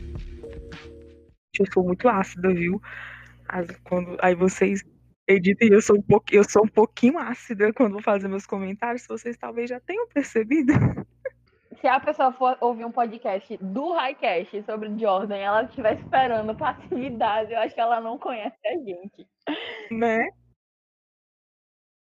Eu sou muito ácida, viu? As, quando, aí vocês editam e eu sou, um pouco, eu sou um pouquinho ácida quando vou fazer meus comentários. Vocês talvez já tenham percebido. Se a pessoa for ouvir um podcast do Highcast sobre Jordan e ela estiver esperando passividade, eu acho que ela não conhece a gente. Né?